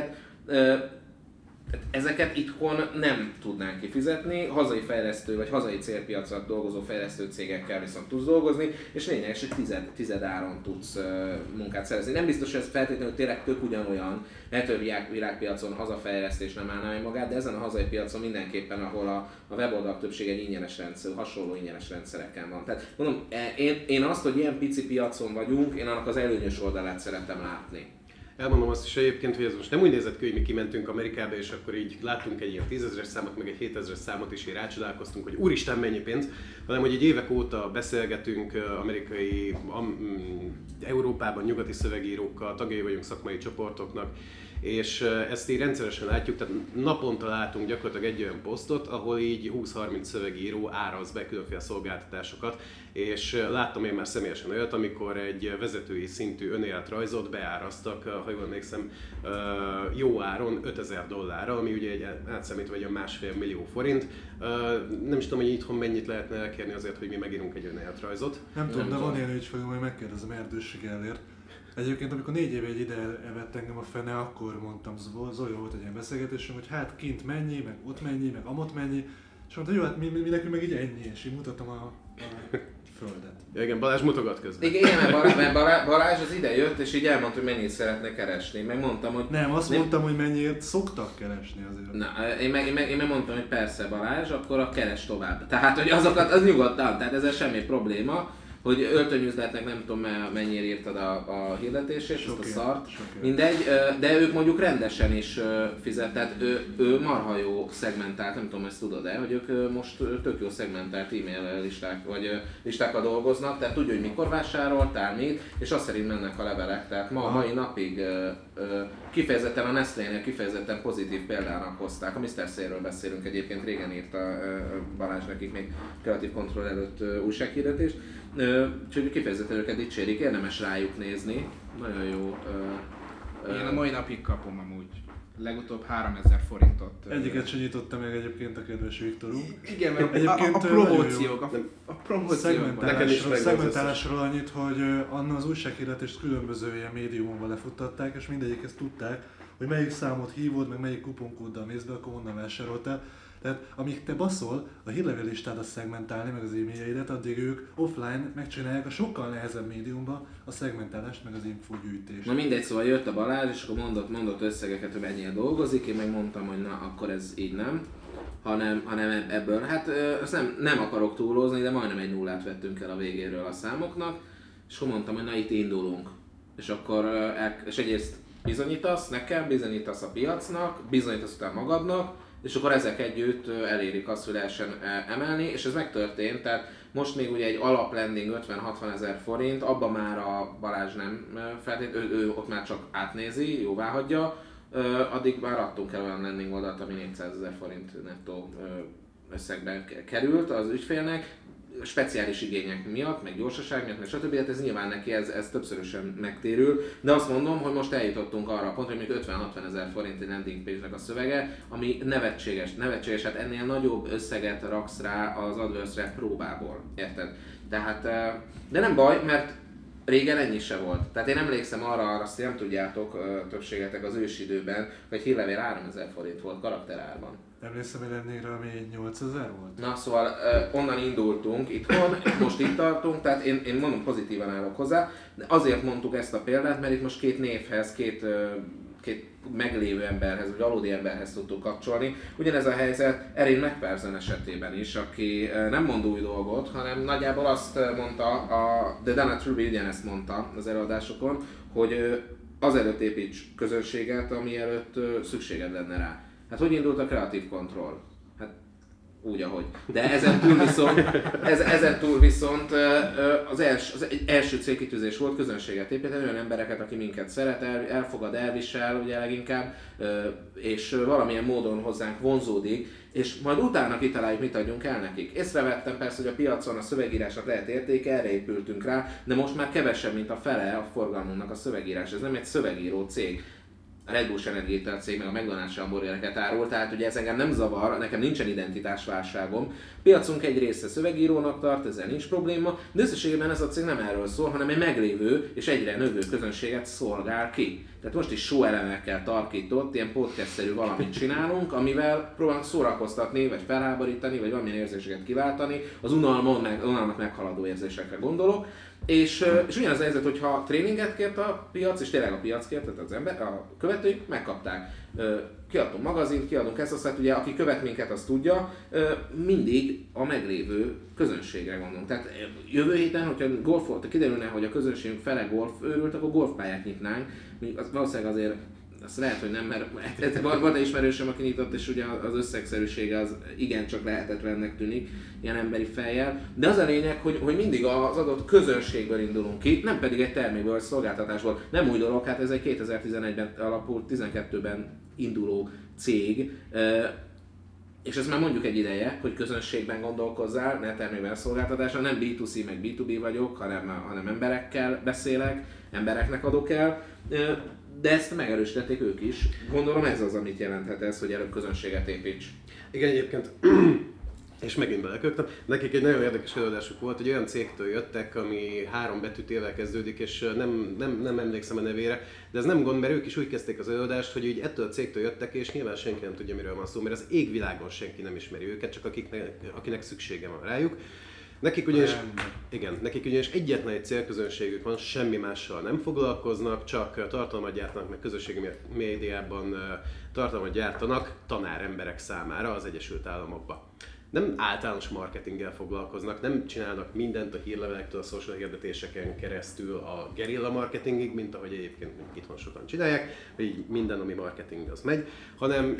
ezeket itthon nem tudnánk kifizetni, hazai fejlesztő vagy hazai célpiacra dolgozó fejlesztő cégekkel viszont tudsz dolgozni, és lényeges, hogy 10 áron tudsz munkát szerezni. Nem biztos, hogy ez feltétlenül tényleg tök ugyanolyan, mert a világpiacon hazafejlesztés nem állná meg magát, de ezen a hazai piacon mindenképpen, ahol a weboldalak többsége egy ingyenes rendszer, hasonló ingyenes rendszereken van. Tehát mondom, én azt, hogy ilyen pici piacon vagyunk, én annak az előnyös oldalát szeretem látni. Elmondom azt is egyébként, hogy ez most nem úgy nézett ki, hogy mi kimentünk Amerikába, és akkor így láttunk egy ilyen 10 000-es számot, meg egy 7 000-es számot, és így rácsodálkoztunk, hogy úristen mennyi pénz, hanem hogy egy évek óta beszélgetünk amerikai, Európában nyugati szövegírókkal, tagjai vagyunk szakmai csoportoknak, és ezt így rendszeresen látjuk, tehát naponta látunk gyakorlatilag egy olyan posztot, ahol így 20-30 szövegíró áraz be különféle szolgáltatásokat, és láttam én már személyesen olyat, amikor egy vezetői szintű önéletrajzot beáraztak, ha jól emlékszem, jó áron $5000, ami ugye egy átszámítva egy $1,5 millió. Nem is tudom, hogy itthon mennyit lehetne elkérni azért, hogy mi megírunk egy önéletrajzot. Nem tudom, de van ilyen ügyfelünk, hogy megkérdezem Erdősség Gellért. Egyébként, amikor 4 éve ide evett engem a fene, akkor mondtam, Zoli, volt egy ilyen beszélgetésünk, hogy hát kint mennyi, meg ott mennyi, meg amott mennyi, és mondta, jó, hát mi nekünk meg így ennyi, és így mutatom a földet. Ja, igen, Balázs mutogat közben. Igen, mert Balázs az ide jött, és így elmondta, hogy mennyit szeretne keresni. Megmondtam, hogy... Nem, azt mondtam, hogy mennyiért szoktak keresni azért. Na, én megmondtam, hogy persze Balázs, akkor keres tovább. Tehát, hogy azokat, az nyugodtan, tehát ezzel semmi probléma. Hogy öltönyüzletnek nem tudom mennyire írtad a hirdetését, ezt a szart, mindegy, de ők mondjuk rendesen is fizet, tehát ő marha jó szegmentált, nem tudom, ezt tudod-e, hogy ők most tök jó szegmentált e-mail listákkal dolgoznak, tehát tudja, hogy mikor vásároltál, mit, és azt szerint mennek a levelek, tehát mai napig kifejezetten a Nestlénél kifejezetten pozitív példának hozták, a Mr. Sale-ről beszélünk egyébként, régen írta Balázs nekik még kreatív kontroll előtt újsághirdetést, úgyhogy kifejezetten őket dicsérik, érdemes rájuk nézni, nagyon jó. Én a mai napig kapom amúgy. Legutóbb 3000 forintot. Egyiket sem nyitotta meg egyébként a kedves Viktorunk. Igen, mert a promóciók, a promóciók. Szegmentálásról annyit, hogy anna az újsághirdetést különböző ilyen médiumon lefuttatták, és mindegyik ezt tudták, hogy melyik számot hívod, meg melyik kuponkóddal mész be, akkor onnan vásároltál. Tehát amíg te baszol a hírlevéllistádat szegmentálni, meg az e-mailjeidet, addig ők offline megcsinálják a sokkal nehezebb médiumban a szegmentálást, meg az infogyűjtést. Na mindegy, szóval jött a Balázs, és akkor mondott összegeket, hogy mennyire dolgozik, én meg mondtam, hogy na, akkor ez így nem, hanem ebből, hát azt nem akarok túlozni, de majdnem egy nullát vettünk el a végéről a számoknak, és akkor mondtam, hogy na itt indulunk. És akkor, és egyrészt bizonyítasz nekem, bizonyítasz a piacnak, bizonyítasz utána magadnak, és akkor ezek együtt elérik azt, hogy lehessen emelni, és ez megtörtént, tehát most még ugye egy alaplanding 50-60 ezer forint, abban már a Balázs nem feltétlenül, ő ott már csak átnézi, jóvá hagyja, addig már adtunk el olyan landing oldalt, ami 400 000 forint nettó összegben került az ügyfélnek, speciális igények miatt, meg gyorsaság miatt, meg stb. Hát ez nyilván neki ez többszörösen megtérül, de azt mondom, hogy most eljutottunk arra a pontra, hogy még 50-60 ezer forint egy landing page-nek a szövege, ami nevetséges, hát ennél nagyobb összeget raksz rá az AdWords-re próbából, érted? Tehát, de nem baj, mert régen ennyi se volt. Tehát én emlékszem arra, azt nem tudjátok többségetek az ősidőben, hogy hírlevél 3000 forint volt karakterárban. Emlékszem én ennél, ami 8000 volt? Na szóval onnan indultunk itthon, most itt tartunk, tehát én mondom, pozitívan állok hozzá, de azért mondtuk ezt a példát, mert itt most két névhez, két meglévő emberhez, vagy valódi emberhez tudtuk kapcsolni. Ugyanez a helyzet Erin McPherson esetében is, aki nem mond új dolgot, hanem nagyjából azt mondta, de Dana Truby ugyanezt mondta az előadásokon, hogy azelőtt építs közönséget, ami előtt szükséged lenne rá. Hát hogy indult a Creative Control? Hát úgy, ahogy. De ezen túl viszont az első célkitűzés volt közönséget építeni, olyan embereket, aki minket szeret, elfogad, elvisel, ugye leginkább, és valamilyen módon hozzánk vonzódik, és majd utána kitaláljuk, mit adjunk el nekik. Észrevettem persze, hogy a piacon a szövegírásnak lehet értéke, erre épültünk rá, de most már kevesebb, mint a fele a forgalmunknak a szövegírás. Ez nem egy szövegíró cég. A Red Bull Energy cég meg a McDonald's hamburgereket árul, tehát ugye ez engem nem zavar, nekem nincsen identitásválságom. Piacunk egy része szövegírónak tart, ezzel nincs probléma, de összességében ez a cég nem erről szól, hanem egy meglévő és egyre növő közönséget szolgál ki. Tehát most is show elemekkel tarkított, ilyen podcast-szerű valamit csinálunk, amivel próbálunk szórakoztatni, vagy felháborítani, vagy valamilyen érzéseket kiváltani, az unalmat meghaladó érzésekre gondolok. És ugyanaz a helyzet, hogyha tréninget kért a piac, és tényleg a piac kért, tehát az ember, a követők megkapták. Kiadtunk magazint, kiadunk ezt, aztán ugye aki követ minket, az tudja, mindig a meglévő közönségre gondolunk. Tehát jövő héten, hogyha kiderülne, hogy a közönségünk fele golf őrült, akkor golfpályát nyitnánk. Valószínűleg azért azt lehet, hogy nem, mert van egy ismerősöm, aki nyitott, és ugye az összegszerűsége az igencsak lehetetlennek tűnik ilyen emberi fejjel. De az a lényeg, hogy mindig az adott közönségből indulunk ki, nem pedig egy termékből vagy szolgáltatásból. Nem új dolog, hát ez egy 2011-ben alapult, 12-ben induló cég, és ezt már mondjuk egy ideje, hogy közönségben gondolkozzál, ne termékben szolgáltatásra, nem B2C meg B2B vagyok, hanem emberekkel beszélek, embereknek adok el. De ezt megerősítették ők is. Gondolom ez az, amit jelenthet ez, hogy előbb közönséget építs. Igen, egyébként, és megint beleköptem, nekik egy nagyon érdekes előadásuk volt, hogy olyan cégtől jöttek, ami 3 betűtével kezdődik, és nem emlékszem a nevére, de ez nem gond, mert ők is úgy kezdték az előadást, hogy így ettől a cégtől jöttek, és nyilván senki nem tudja, miről van szó, mert az égvilágon senki nem ismeri őket, csak akinek szüksége van rájuk. Nekik ugyanis egyetlen egy célközönségük van, semmi mással nem foglalkoznak, csak tartalmat gyártanak, meg közösségi médiában tartalmat gyártanak tanáremberek számára az Egyesült Államokban. Nem általános marketinggel foglalkoznak, nem csinálnak mindent a hírlevelektől, a social hirdetéseken keresztül a gerilla marketingig, mint ahogy egyébként itthon sokan csinálják, hogy így minden, ami marketing, az megy, hanem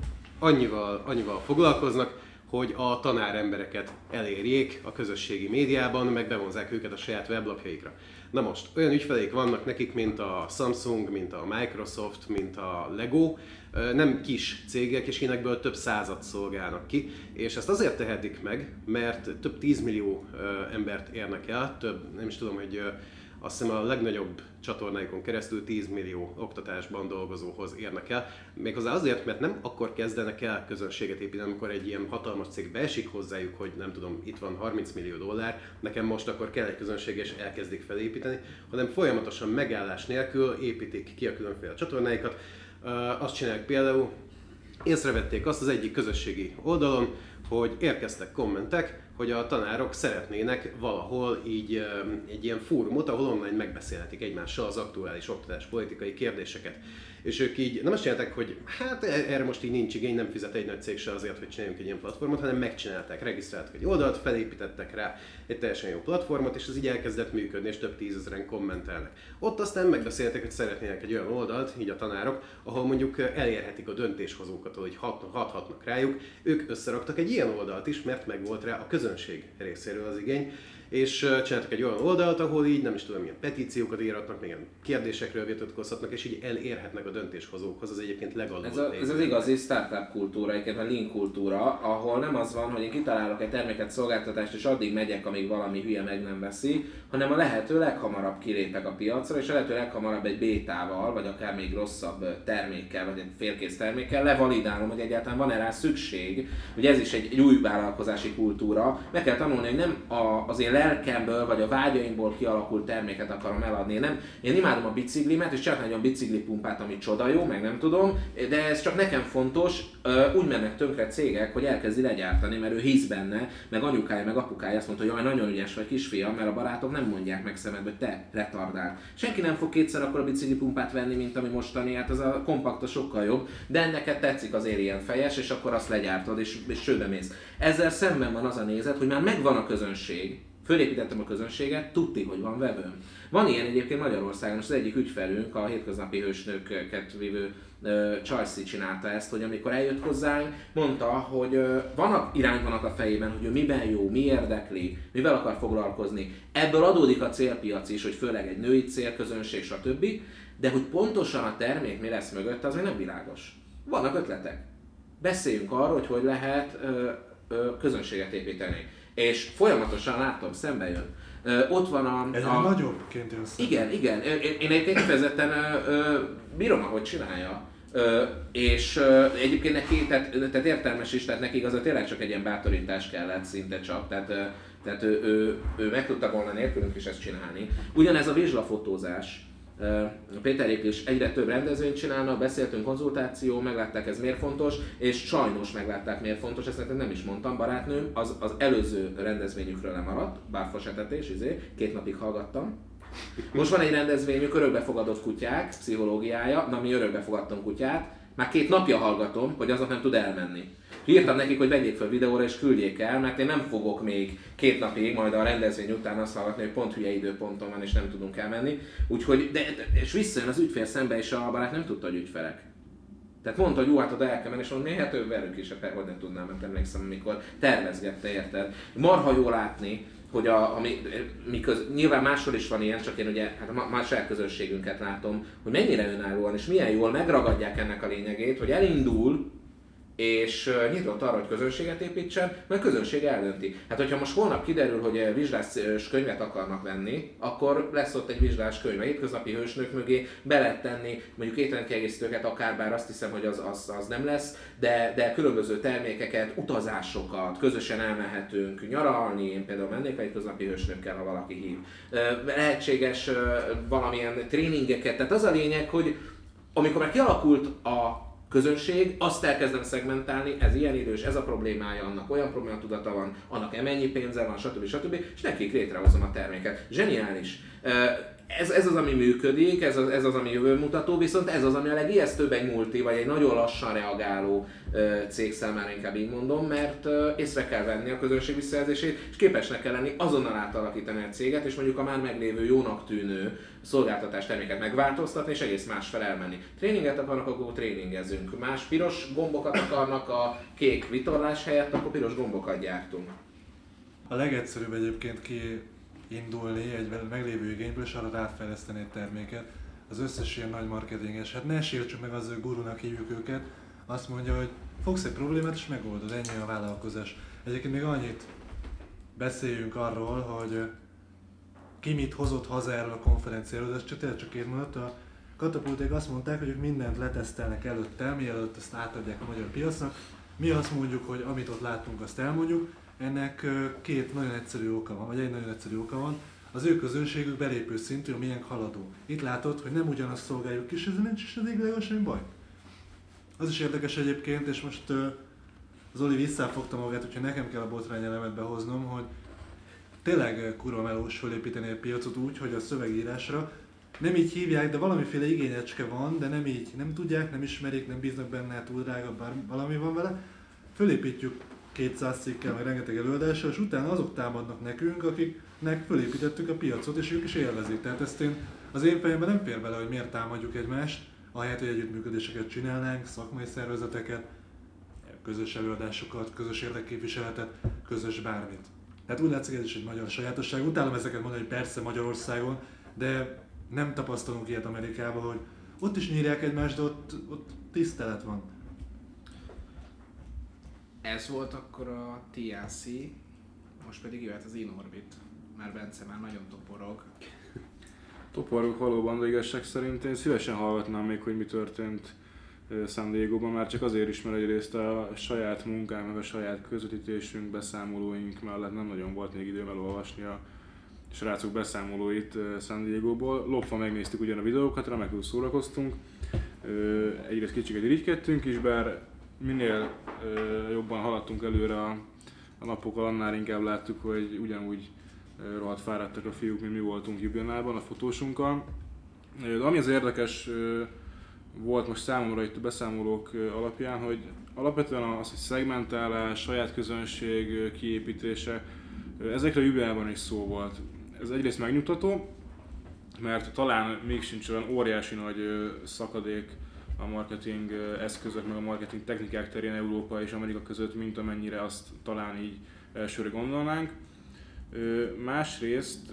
annyival foglalkoznak, hogy a tanárembereket elérjék a közösségi médiában, meg bevonzzák őket a saját weblapjaikra. Na most, olyan ügyfeleik vannak nekik, mint a Samsung, mint a Microsoft, mint a Lego, nem kis cégek, és énekből több százat szolgálnak ki, és ezt azért tehetik meg, mert több 10 millió embert érnek el, nem is tudom, hogy azt hiszem a legnagyobb csatornáikon keresztül 10 millió oktatásban dolgozóhoz érnek el. Méghozzá azért, mert nem akkor kezdenek el közönséget építeni, amikor egy ilyen hatalmas cég beesik hozzájuk, hogy nem tudom, itt van 30 millió dollár, nekem most akkor kell egy közönség, és elkezdik felépíteni, hanem folyamatosan megállás nélkül építik ki a különféle csatornáikat. Azt csinálják például, észrevették azt az egyik közösségi oldalon, hogy érkeztek kommentek, hogy a tanárok szeretnének valahol így egy ilyen fórumot, ahol online megbeszélhetik egymással az aktuális oktatáspolitikai kérdéseket. És ők így nem azt csinálták, hogy hát erre most így nincs igény, nem fizet egy nagy cég se azért, hogy csináljunk egy ilyen platformot, hanem megcsinálták, regisztráltak egy oldalt, felépítettek rá egy teljesen jó platformot, és ez így elkezdett működni, és több tízezeren kommentelnek. Ott aztán megbeszéltek, hogy szeretnének egy olyan oldalt, így a tanárok, ahol mondjuk elérhetik a döntéshozókat, hogy hathatnak rájuk. Ők összeraktak egy ilyen oldalt is, mert megvolt rá a közönség részéről az igény, és csináltak egy olyan oldalt, ahol így nem is tudom, milyen petíciókat írhatnak, milyen kérdésekről vitatkozhatnak, és így elérhetnek a döntéshozókhoz az egyébként legalul. Ez az igazi startup kultúra, egyébként a lean kultúra, ahol nem az van, hogy én kitalálok egy terméket, szolgáltatást, és addig megyek, amíg valami hülye meg nem veszi, hanem a lehető leghamarabb kilépek a piacra, és a lehető leghamarabb egy bétával, vagy akár még rosszabb termékkel, vagy egy félkész termékkel levalidálom, hogy egyáltalán van-e rá szükség, hogy ez is egy új vállalkozási kultúra. Meg kell tanulni, hogy nem az én lelkemből, vagy a vágyaimból kialakult terméket akarom eladni. Én imádom a biciklimet, és csináltam egy olyan biciklipumpát, ami csoda jó, meg nem tudom, de ez csak nekem fontos, úgy mennek tönkre cégek, hogy elkezdi legyártani, mert ő hisz benne, meg anyukája, meg apukája azt mondta, hogy jaj, nagyon ügyes vagy kisfiam, mert a barátok nem mondják meg szemedbe, hogy te retardált. Senki nem fog kétszer akkor a biciklipumpát venni, mint ami mostani, hát az a kompakt sokkal jobb, de neked tetszik az alien fejes, és akkor azt legyártod, és csőbe mész. Ezzel szemben van az a nézet, hogy már megvan a közönség, fölépítettem a közönséget, tudti, hogy van vevőm. Van ilyen egyébként Magyarországon, és az egyik ügyfelünk, a hétköznapi hősnöket vívő Csajci csinálta ezt, hogy amikor eljött hozzánk, mondta, hogy irányvonalak a fejében, hogy ő miben jó, mi érdekli, mivel akar foglalkozni. Ebből adódik a célpiac is, hogy főleg egy női célközönség, stb. De hogy pontosan a termék mi lesz mögött, az még nem világos. Vannak ötletek. Beszéljünk arról, hogy lehet közönséget építeni. És folyamatosan látom, szembe jön. Ott van Egyre nagyobbként jön szembe. Igen. Én egyébként kifejezetten bírom, ahogy csinálja. És egyébként neki, tehát értelmes is, tehát neki igazán tényleg csak egy ilyen bátorítás kellett szinte csak. Tehát ő meg tudta volna nélkülünk is ezt csinálni. Ugyanez a vizslafotózás. Péterék is egyre több rendezvényt csinálnak, beszéltünk, konzultáció, meglátták ez miért fontos, és sajnos meglátták miért fontos, ezt nem is mondtam, barátnőm, az előző rendezvényükről lemaradt, bárfosetetés, 2 napig hallgattam. Most van egy rendezvényük, örökbefogadott kutyák, pszichológiája, na mi örökbefogadtam kutyát, már 2 napja hallgatom, hogy azok nem tud elmenni. Írtam nekik, hogy vegyék fel videóra és küldjék el, mert én nem fogok még 2 napig, majd a rendezvény után azt hallgatni, hogy pont hülye időponton van és nem tudunk elmenni. Úgyhogy, és visszajön az ügyfél szembe, és a barát nem tudta, hogy ügyfelek. Tehát mondta, hogy jó, hát oda el kell menni, és mondta, hát ő velük is, hogy nem tudnám, mert emlékszem, amikor tervezgette, érted. Marha jó látni, hogy nyilván máshol is van ilyen, csak én ugye hát már saját közösségünket látom, hogy mennyire önállóan és milyen jól megragadják ennek a lényegét, hogy elindul, és nyitott arra, hogy közönséget építsen, mert közönség eldönti. Hát hogyha most holnap kiderül, hogy vizslás könyvet akarnak venni, akkor lesz ott egy vizslás könyv. A hétköznapi hősnök mögé be lehet tenni mondjuk étrendkiegészítőket, akár bár azt hiszem, hogy az nem lesz, de különböző termékeket, utazásokat, közösen elmehetünk nyaralni, én például mennék a hétköznapi hősnökkel, ha valaki hív. Lehetséges valamilyen tréningeket, tehát az a lényeg, hogy amikor már kialakult a közönség, azt elkezdem szegmentálni, ez ilyen idős, ez a problémája, annak olyan problématudata van, annak emennyi pénze van, stb. És nekik létrehozom a terméket. Zseniális! Ez az, ami működik, ez az, ami jövőmutató, viszont ez az, ami a legijesztőbb egy multi, vagy egy nagyon lassan reagáló cég számára, inkább így mondom, mert észre kell venni a közönség visszajelzését, és képesnek kell lenni azonnal átalakítani a céget, és mondjuk a már meglévő jónak tűnő szolgáltatás terméket megváltoztatni, és egész másfel elmenni. Tréninget akarnak, akkor tréningezünk. Más piros gombokat akarnak a kék vitorlás helyett, akkor piros gombokat gyártunk. A legegyszerűbb egyébként kiindulni egy meglévő igényből, és arra ráfejleszteni egy terméket. Az összes ilyen nagy marketinges, hát ne sértsük meg az, hogy gurunak hívjuk őket, azt mondja, hogy fogsz egy problémát és megoldod, ennyi a vállalkozás. Egyébként még annyit beszéljünk arról, hogy ki mit hozott haza erről a konferenciáról, de ez csak egy mondat. A katapulték azt mondták, hogy ők mindent letesztelnek előtte, mielőtt ezt átadják a magyar piacnak. Mi azt mondjuk, hogy amit ott láttunk, azt elmondjuk. Ennek 2 nagyon egyszerű oka van, vagy egy nagyon egyszerű oka van. Az ő közönségük belépő szintű, a miénk haladó. Itt látod, hogy nem ugyanazt szolgáljuk ki, és ez nincs is az égleges semmi baj. Az is érdekes egyébként, és most Zoli visszafogta magát, úgyhogy nekem kell a botrányelemet behoznom, hogy tényleg kurva melós fölépíteni a piacot úgy, hogy a szövegírásra nem így hívják, de valamiféle igényecske van, de nem így, nem tudják, nem ismerik, nem bíznak benne, túl drága, bár valami van vele. Fölépítjük 200 cikkel, meg rengeteg előadással, és utána azok támadnak nekünk, akiknek fölépítettük a piacot, és ők is élvezik. Tehát ezt az én fejemben nem fér bele, hogy miért támadjuk egymást, ahelyett, hogy együttműködéseket csinálnánk, szakmai szervezeteket, közös előadásokat, közös érdekképviseletet, közös bármit. Tehát úgy látszik, ez is egy magyar sajátosság. Utálom ezeket mondani, hogy persze Magyarországon, de nem tapasztalunk ilyet Amerikában, hogy ott is nyírják egymást, de ott tisztelet van. Ez volt akkor a TLC, most pedig jöhet az Inorbit. Már Bence már nagyon toporog. Toporog valóban, de igazság szerint én szívesen hallgatnám még, hogy mi történt San Diegóban, már csak azért is, mert egyrészt a saját munkánk, meg a saját közvetítésünk, beszámolóink mellett nem nagyon volt még időm elolvasni a srácok beszámolóit San Diegóból. Lopva megnéztük ugyan a videókat, remekül szórakoztunk. Egyrészt kicsiket irigykedtünk is, bár minél jobban haladtunk előre a napokkal, annál inkább láttuk, hogy ugyanúgy rohadt fáradtak a fiúk, mint mi voltunk Ljubljanában a fotósunkkal. De ami az érdekes volt most számomra itt a beszámolók alapján, hogy alapvetően az, hogy szegmentálás, saját közönség kiépítése, ezekre Ljubljanában is szó volt. Ez egyrészt megnyugtató, mert talán még sincs olyan óriási nagy szakadék a marketing eszközök, meg a marketing technikák terén Európa és Amerika között, mint amennyire azt talán így elsőre gondolnánk. Másrészt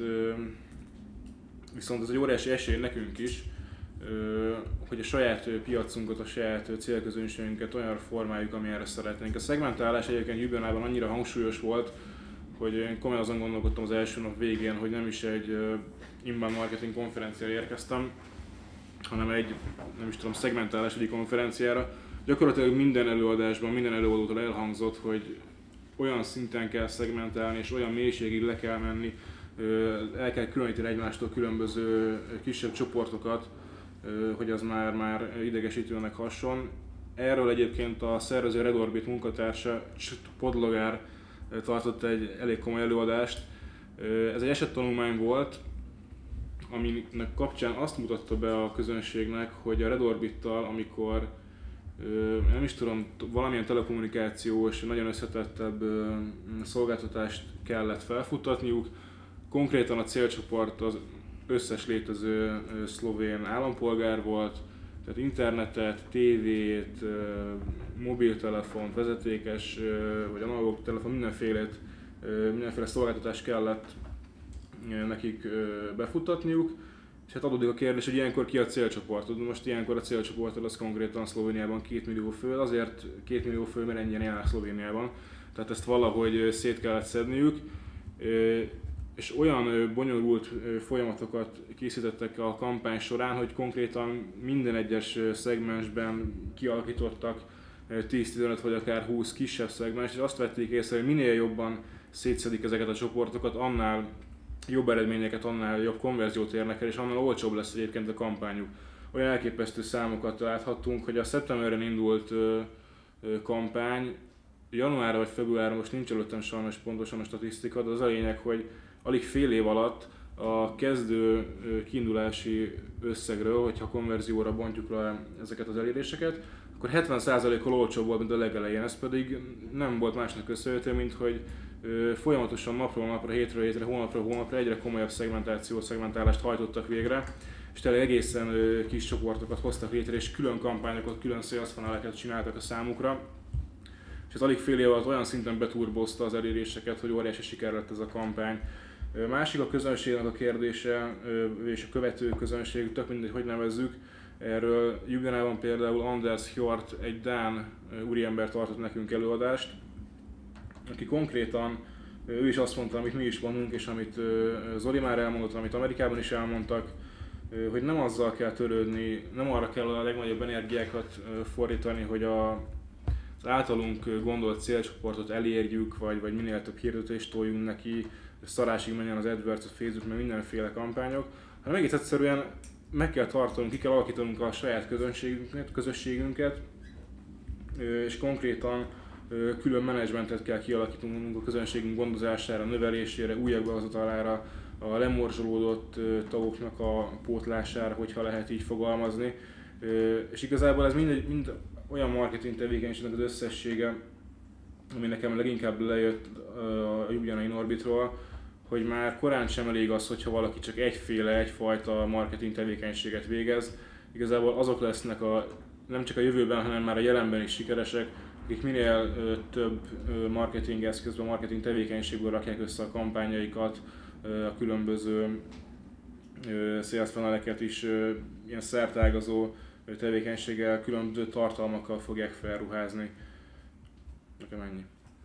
viszont ez egy óriási esély nekünk is, hogy a saját piacunkat, a saját célközönségünket olyan formáljuk, amilyenre szeretnénk. A szegmentálás egyébként Ljubljanában annyira hangsúlyos volt, hogy én komolyan azon gondolkodtam az első nap végén, hogy nem is egy inbound marketing konferenciára érkeztem, hanem egy, nem is tudom, szegmentálási konferenciára. Gyakorlatilag minden előadásban, minden előadótól elhangzott, hogy olyan szinten kell szegmentálni, és olyan mélységig le kell menni, el kell különíteni egymástól különböző kisebb csoportokat, hogy az már idegesítőnek hasson. Erről egyébként a szervező Red Orbit munkatársa Podlogár tartott egy elég komoly előadást. Ez egy esettanulmány volt, aminek kapcsán azt mutatta be a közönségnek, hogy a Red Orbittal, amikor nem is tudom, valamilyen telekommunikációs, nagyon összetettebb szolgáltatást kellett felfuttatniuk, konkrétan a célcsoport az összes létező szlovén állampolgár volt, tehát internetet, tévét, mobiltelefont, vezetékes vagy analóg telefon, mindenféle szolgáltatást kellett nekik befuttatniuk. És hát adódik a kérdés, hogy ilyenkor ki a célcsoportod. Most ilyenkor a célcsoportod az konkrétan Szlovéniában 2 millió fő, azért 2 millió fő, mert ennyien élnek Szlovéniában. Tehát ezt valahogy szét kellett szedniük. És olyan bonyolult folyamatokat készítettek a kampány során, hogy konkrétan minden egyes szegmensben kialakítottak 10-15 vagy akár 20 kisebb szegmens, és azt vették észre, hogy minél jobban szétszedik ezeket a csoportokat, annál jobb eredményeket, annál jobb konverziót érnek el, és annál olcsóbb lesz egyébként a kampányuk. Olyan elképesztő számokat láthattunk, hogy a szeptemberben indult kampány, januárra vagy februárra, most nincs előttem sajnos pontosan a statisztika, de az a lényeg, hogy alig fél év alatt a kezdő kiindulási összegről, hogyha konverzióra bontjuk le ezeket az eléréseket, akkor 70%-kal olcsóbb volt, mint a legelején. Ez pedig nem volt másnak köszönhető, mint hogy folyamatosan napról napra, hétről hétre, hónapról hónapra egyre komolyabb szegmentálást hajtottak végre, és tényleg egészen kis csoportokat hoztak létre, és külön kampányokat, külön sales funneleket csináltak a számukra. És ez alig fél év alatt olyan szinten beturbozta az eléréseket, hogy óriási siker lett ez a kampány. Másik a közönségnek a kérdése, és a követő közönség, tök mindegy, hogy nevezzük. Erről Ljubljanában például Anders Hjort, egy dán úriember tartott nekünk előadást, aki konkrétan, ő is azt mondta, amit mi is mondunk, és amit Zoli már elmondott, amit Amerikában is elmondtak, hogy nem azzal kell törődni, nem arra kell a legnagyobb energiákat fordítani, hogy az általunk gondolt célcsoportot elérjük, vagy minél több hirdetést toljunk neki, szarásig menjen az AdWords, a Facebook, meg mindenféle kampányok, hanem egész egyszerűen meg kell tartanunk, ki kell alakítanunk a saját közösségünket, és konkrétan külön menedzsmentet kell kialakítanunk a közönségünk gondozására, növelésére, újabb behozatalára, a lemorzsolódott tagoknak a pótlására, hogyha lehet így fogalmazni. És igazából ez mind olyan marketing tevékenységnek az összessége, ami nekem leginkább lejött a Ljubljanai Norbitról, hogy már korán sem elég az, hogyha valaki csak egyfajta marketing tevékenységet végez. Igazából azok lesznek nem csak a jövőben, hanem már a jelenben is sikeresek, akik minél több marketing eszközből, marketing tevékenységből rakják össze a kampányaikat, a különböző sales funneleket is ilyen szertágazó tevékenységgel, különböző tartalmakkal fogják felruházni. Nekem ennyi.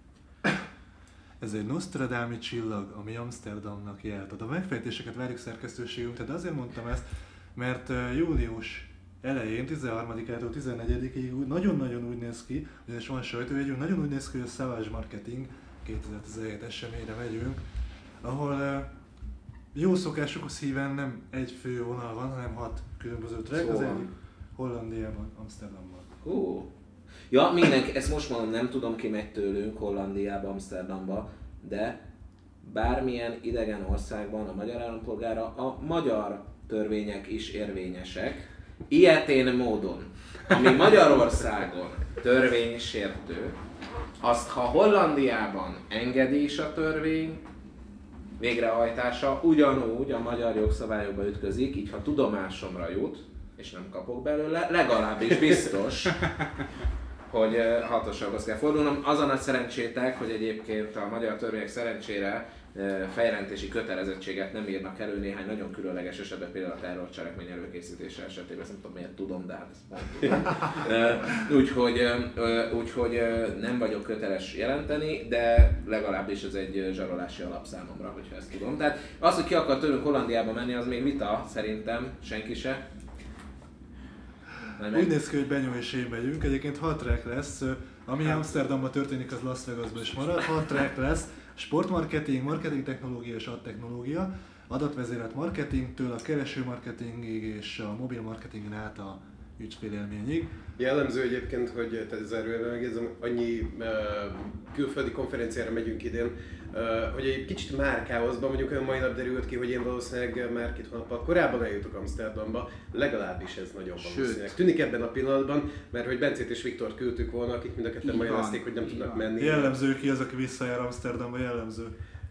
Ez egy Nostradamus csillag, ami Amsterdamnak járt. A megfejtéseket várjuk szerkesztőségünk, tehát azért mondtam ezt, mert július elején, 13-ától 14-ig nagyon-nagyon úgy néz ki, ugyanis van sajtójegyünk, nagyon úgy néz ki, hogy a Savage Marketing 2017 eseményre megyünk, ahol jó szokásokhoz híven nem egy fő vonal van, hanem 6 különböző track, az egyik Hollandiában, Amsterdamban. Ja, mindenki, ezt most mondom, nem tudom ki megy tőlünk Hollandiába, Amsterdamba, de bármilyen idegen országban a magyar állampolgára a magyar törvények is érvényesek, ilyetén módon, ami Magyarországon törvénysértő, azt ha Hollandiában engedi is a törvény végrehajtása, ugyanúgy a magyar jogszabályokba ütközik, így ha tudomásomra jut, és nem kapok belőle, legalábbis biztos, hogy hatósághoz kell fordulnom. Az a nagy szerencsétek, hogy egyébként a magyar törvények szerencsére feljelentési kötelezettséget nem írnak elő néhány nagyon különleges esetben, például a terrorcselekmény előkészítése esetében, ezt nem tudom miért tudom, de hát ezt mondom. Úgyhogy nem vagyok köteles jelenteni, de legalábbis ez egy zsarolási alap számomra, hogyha ezt tudom. Tehát az, hogy ki akar tőlünk Hollandiába menni, az még vita, szerintem, senki se. Úgy néz ki, hogy Benyó és én megyünk, egyébként 6 track lesz, ami Amsterdamban történik, az Las Vegasban is marad, 6 track lesz, sportmarketing, marketing technológia és adtechnológia, adatvezérelt marketingtől a kereső marketingig és a mobil marketingen át a ügyfélélményig. Jellemző egyébként, hogy zárójelben megjegyzem, annyi külföldi konferenciára megyünk idén, hogy egy kicsit márkáozban, mondjuk olyan mai nap derült ki, hogy én valószínűleg már 2 hónappal korábban eljutok Amsterdamba, legalábbis ez nagyon valószínűleg. Tűnik ebben a pillanatban, mert hogy Bencét és Viktort küldtük volna, akik mind a ketten ma jelezték, hogy nem tudnak menni. Jellemző ki az, aki visszajár Amsterdamba, jellemző.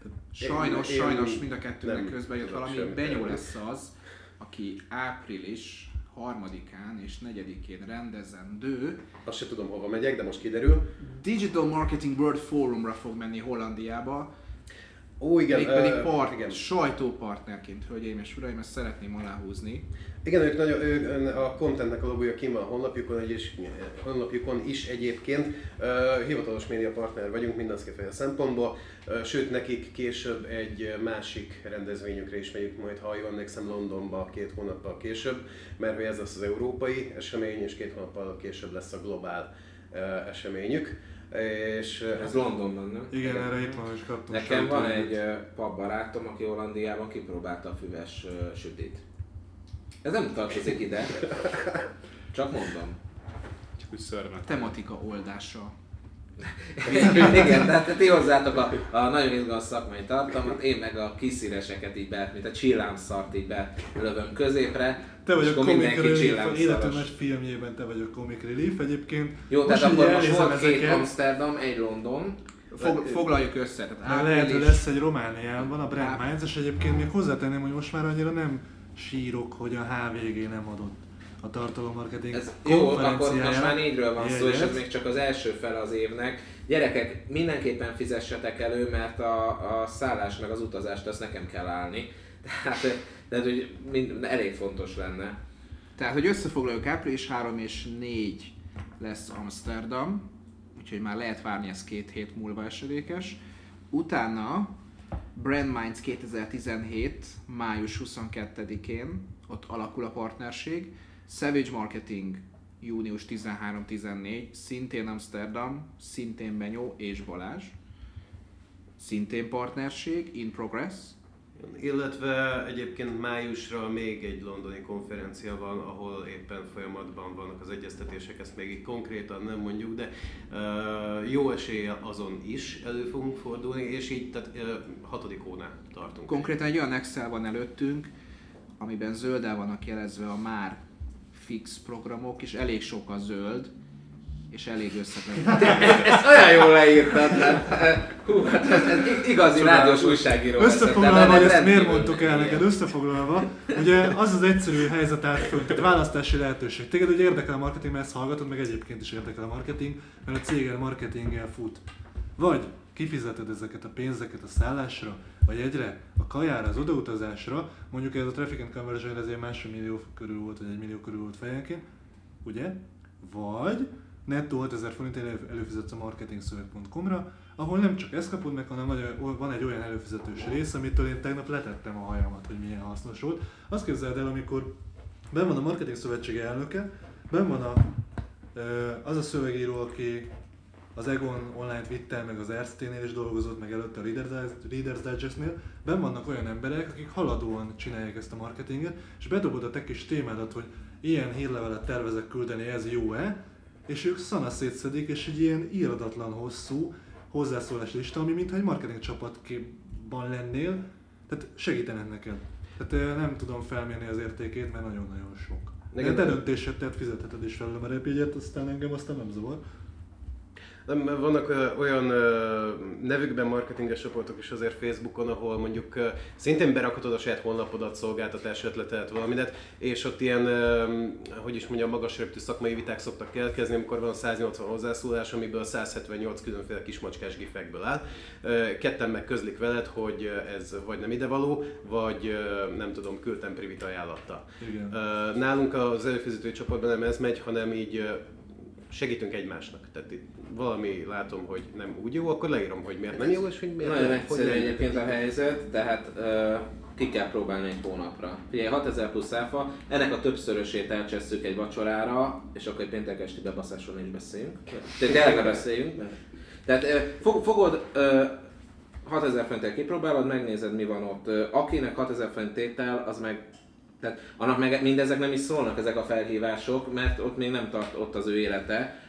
Sajnos mind a kettőnek közben jött valami, Benyó lesz az, aki április 3-án és 4-én rendezendő. Azt se tudom, hova megyek, de most kiderül. Digital Marketing World Forumra fog menni Hollandiába. Ó, igen. Igen. Sajtópartnerként, hölgyeim és uraim, ezt szeretném aláhúzni. Igen, ők a contentnek a logója kim van a honlapjukon is egyébként. Hivatalos média partner vagyunk mindenféle szempontból, sőt nekik később egy másik rendezvényükre is megyünk majd, ha jól emlékszem, Londonba 2 hónappal később, mert hogy ez lesz az európai esemény, és 2 hónappal később lesz a globál eseményük. És ez Londonban, nem? Igen, erre itt van, és kaptunk. Nekem van egy pub barátom, aki Hollandiában kipróbálta a füves sütit. Ez nem tartozik ide, csak mondom. Csak úgy szörmet. Tematika oldása. Igen, tehát ti hozzátok a nagyon izgalmas szakmai tartalmat, én meg a kiszíreseket így mint a csillámszart így belövöm középre. Te vagy a Comic Relief, életünk nagy filmjében te vagy a Comic Relief egyébként. Jó, tehát akkor most volt 2 Amsterdam, 1 London. Foglaljuk össze. Tehát lehet, hogy lesz egy Romániában, a Brand Minds, és egyébként még hozzátenném, hogy most már annyira nem sírok, hogy a HVG nem adott a tartalommarketing konferenciáján. Jó, akkor most már 4-ről van szó, és ez még csak az első fele az évnek. Gyerekek, mindenképpen fizessetek elő, mert a szállás meg az utazást azt nekem kell állni. Tehát hogy elég fontos lenne. Tehát, hogy összefoglaljuk, április 3 és 4 lesz Amsterdam, úgyhogy már lehet várni, ez 2 hét múlva esedékes. Utána Brand Minds 2017, május 22-én, ott alakul a partnerség. Savage Marketing, június 13-14, szintén Amsterdam, szintén Benyó és Balázs. Szintén partnerség, in progress. Illetve egyébként májusra még egy londoni konferencia van, ahol éppen folyamatban vannak az egyeztetések, ezt még így konkrétan nem mondjuk, de jó eséllyel azon is elő fogunk fordulni, és így tehát 6. hónál tartunk. Konkrétan egy olyan Excel van előttünk, amiben zölddel vannak jelezve a már fix programok, és elég sok a zöld, és elég összetett. Ezt olyan jól leírtad, hú, ez igazi rádiós újságíró. Összefoglalva, hogy ezt miért mondtuk el neked, összefoglalva, ugye az az egyszerű helyzet állt fönt, tehát választási lehetőség. Téged ugye érdekel a marketing, mert ezt hallgatod, meg egyébként is érdekel a marketing, mert a céged marketinggel fut. Vagy kifizeted ezeket a pénzeket a szállásra, vagy egyre, a kajára, az odautazásra, mondjuk ez a Traffic and Conversion ezért 1,5 millió körül volt, vagy 1 millió körül volt fejenként, ugye? Vagy nettó 6000 forintért előfizetsz a marketingszöveg.com-ra, ahol nem csak ezt kapod meg, hanem van egy olyan előfizetős rész, amitől én tegnap letettem a hajamat, hogy milyen hasznos volt. Azt képzeld el, amikor benn van a Marketing Szövetség elnöke, benn van az a szövegíró, aki az Egon Online-t vitte el, meg az Erste-nél is dolgozott, meg előtte a Reader's Digest-nél. Benn vannak olyan emberek, akik haladóan csinálják ezt a marketinget, és bedobod a te kis témádat, hogy ilyen hírlevelet tervezek küldeni, ez jó-e? És ők szanaszétszedik, és egy ilyen íradatlan hosszú hozzászólás lista, ami mintha egy marketing csapatban lennél, tehát segítenek neked. Tehát nem tudom felmérni az értékét, mert nagyon-nagyon sok. De te döntésed, tehát fizetheted is felőlem a repjegyet, aztán engem aztán nem zavar. Vannak olyan nevükben marketinges csoportok is azért Facebookon, ahol mondjuk szintén berakhatod a saját honlapodat, szolgáltatás ötletet, valamidet, és ott ilyen, hogy is mondjam, magas röptű szakmai viták szoktak keletkezni, amikor van 180 hozzászólás, amiből 178 különféle kismacskás gifekből áll. Ketten meg közlik veled, hogy ez vagy nem idevaló, vagy nem tudom, küldtem privit ajánlattal. Nálunk az előfizetői csoportban nem ez megy, hanem így segítünk egymásnak. Tehát itt valami látom, hogy nem úgy jó, akkor leírom, hogy miért nem jó, és hogy miért nagyon nem. egyszerű egyébként a helyzet, tehát ki kell próbálni egy hónapra. Figyelj, 6000 plusz áfa, ennek a többszörösét elcsesszük egy vacsorára, és akkor egy péntek esti bebaszáson is beszéljünk. Tehát tényleg ne beszéljünk. Tehát fogod 6000 forintért kipróbálod, megnézed mi van ott. Akinek 6000 forint tétel, az meg tehát annak meg mindezek nem is szólnak, ezek a felhívások, mert ott még nem tart ott az ő élete,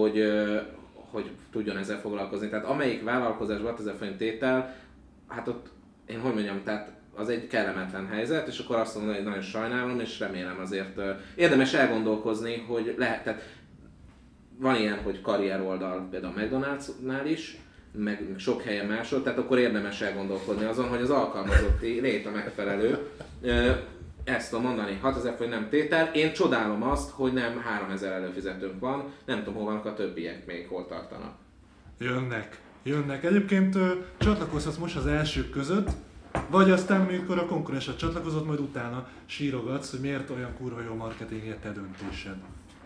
hogy tudjon ezzel foglalkozni. Tehát amelyik vállalkozásban 6000 forint tétel, hát ott én hogy mondjam, tehát az egy kellemetlen helyzet, és akkor azt mondom, hogy nagyon sajnálom, és remélem azért érdemes elgondolkozni, hogy lehet, tehát van ilyen, hogy karrier oldal például a McDonald's-nál is, meg sok helyen máshol, tehát akkor érdemes elgondolkodni azon, hogy az alkalmazotti rét a megfelelő. Ezt tudom mondani, 6000 forint nem tétel. Én csodálom azt, hogy nem 3000 előfizetőnk van, nem tudom, hol vannak a többiek, még hol tartanak. Jönnek. Egyébként csatlakozhatsz most az elsők között, vagy aztán mikor a konkurensed csatlakozott, majd utána sírogatsz, hogy miért olyan kurva jó marketingje te döntésed.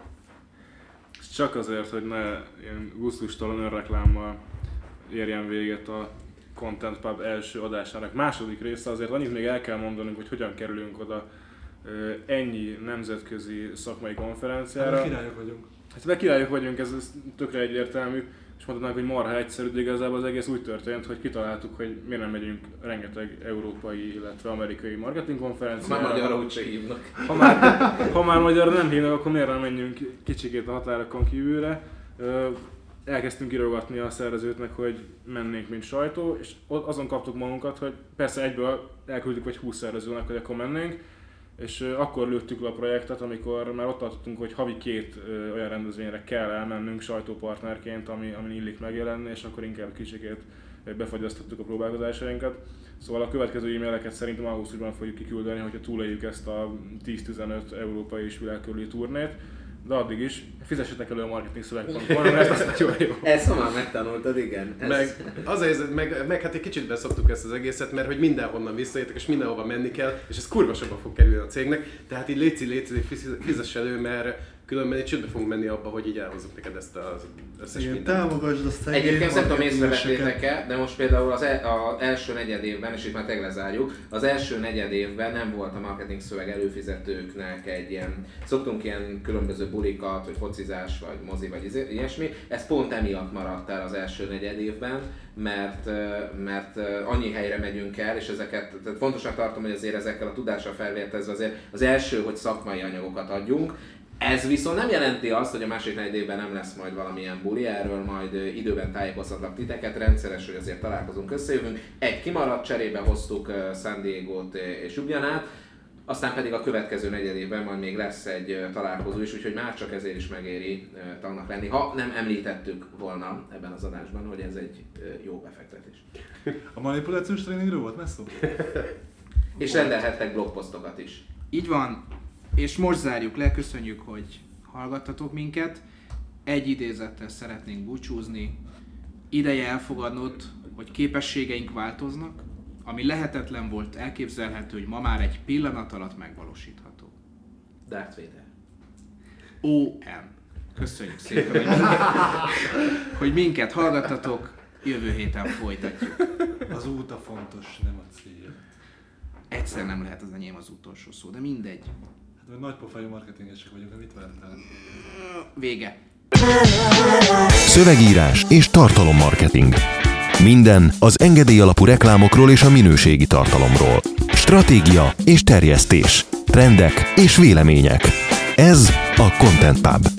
Csak azért, hogy ne ilyen gusztustalan önreklámmal érjen véget a Content Pub első adásának második része, azért annyit még el kell mondanunk, hogy hogyan kerülünk oda ennyi nemzetközi szakmai konferenciára. Királyok vagyunk. Hát királyok vagyunk, ez tökre egyértelmű, és mondhatnánk, hogy marha egyszerű, de igazából az egész úgy történt, hogy kitaláltuk, hogy miért nem megyünk rengeteg európai, illetve amerikai marketing konferenciára. Már magyarra úgyse hívnak. Ha már magyarra nem hívnak, akkor miért nem menjünk kicsikét a határokon kívülre. Elkezdtünk írogatni a szervezőtnek, hogy mennénk, mint sajtó, és azon kaptuk magunkat, hogy persze egyből elküldtük vagy 20 szervezőnek, hogy akkor mennénk, és akkor lőttük le a projektet, amikor már ott tartottunk, hogy havi 2 olyan rendezvényre kell elmennünk sajtópartnerként, ami illik megjelenni, és akkor inkább kicsikét befagyasztottuk a próbálkozásainkat. Szóval a következő e-maileket szerintem augusztusban fogjuk kiküldeni, hogyha túléljük ezt a 10-15 európai és világkörüli turnét. De addig is fizessetek elő a marketingszöveg.com, mert ez nagyon jó. Ezt már megtanultad, igen. Meg hát egy kicsit beszoktuk ezt az egészet, mert hogy mindenhonnan visszajöttek és mindenhova menni kell, és ez kurva sokba fog kerülni a cégnek. Tehát így léci, fizess elő, mert különben egy csődbe fogunk menni abba, hogy így elhozzuk neked ezt az összes mindent. Támogasd a szegény. Egyébként nem tudom, észrevettétek-e, de most például az első negyedévben, és itt már teglezárjuk, az első negyedévben nem volt a marketing szöveg előfizetőknek egy ilyen, szoktunk ilyen különböző bulikat, vagy focizás, vagy mozi, vagy ilyesmi, ez pont emiatt maradt el az első negyedévben, mert annyi helyre megyünk el, és ezeket, tehát fontosnak tartom, hogy azért ezekkel a tudással felvértezve azért az első, hogy szakmai anyagokat adjunk. Ez viszont nem jelenti azt, hogy a másik negyedévben nem lesz majd valamilyen buli, erről majd időben tájékoztatlak titeket, rendszeres, hogy azért találkozunk, összejövünk. Egy kimaradt, cserébe hoztuk San Diego-t és Ljubljanát. aztán pedig a következő negyedévben majd még lesz egy találkozó is, úgyhogy már csak ezért is megéri tagnak lenni, ha nem említettük volna ebben az adásban, hogy ez egy jó befektetés. A manipulációs tréningről volt már szó? És rendelhettek blogposztokat is. Így van, és most zárjuk le, köszönjük, hogy hallgattatok minket. Egy idézettel szeretnénk búcsúzni. Ideje elfogadnod, hogy képességeink változnak, ami lehetetlen volt, elképzelhető, hogy ma már egy pillanat alatt megvalósítható. Darth Vader. O.M. Köszönjük szépen, hogy minket hallgattatok, jövő héten folytatjuk. Az út a fontos, nem a cél. Egyszer nem lehet az enyém az utolsó szó, de mindegy. Hát vagy nagypofájú marketingesek vagyunk, de mit vártál? Vége. Szövegírás és tartalommarketing. Minden az engedély alapú reklámokról és a minőségi tartalomról. Stratégia és terjesztés. Trendek és vélemények. Ez a Content Pub.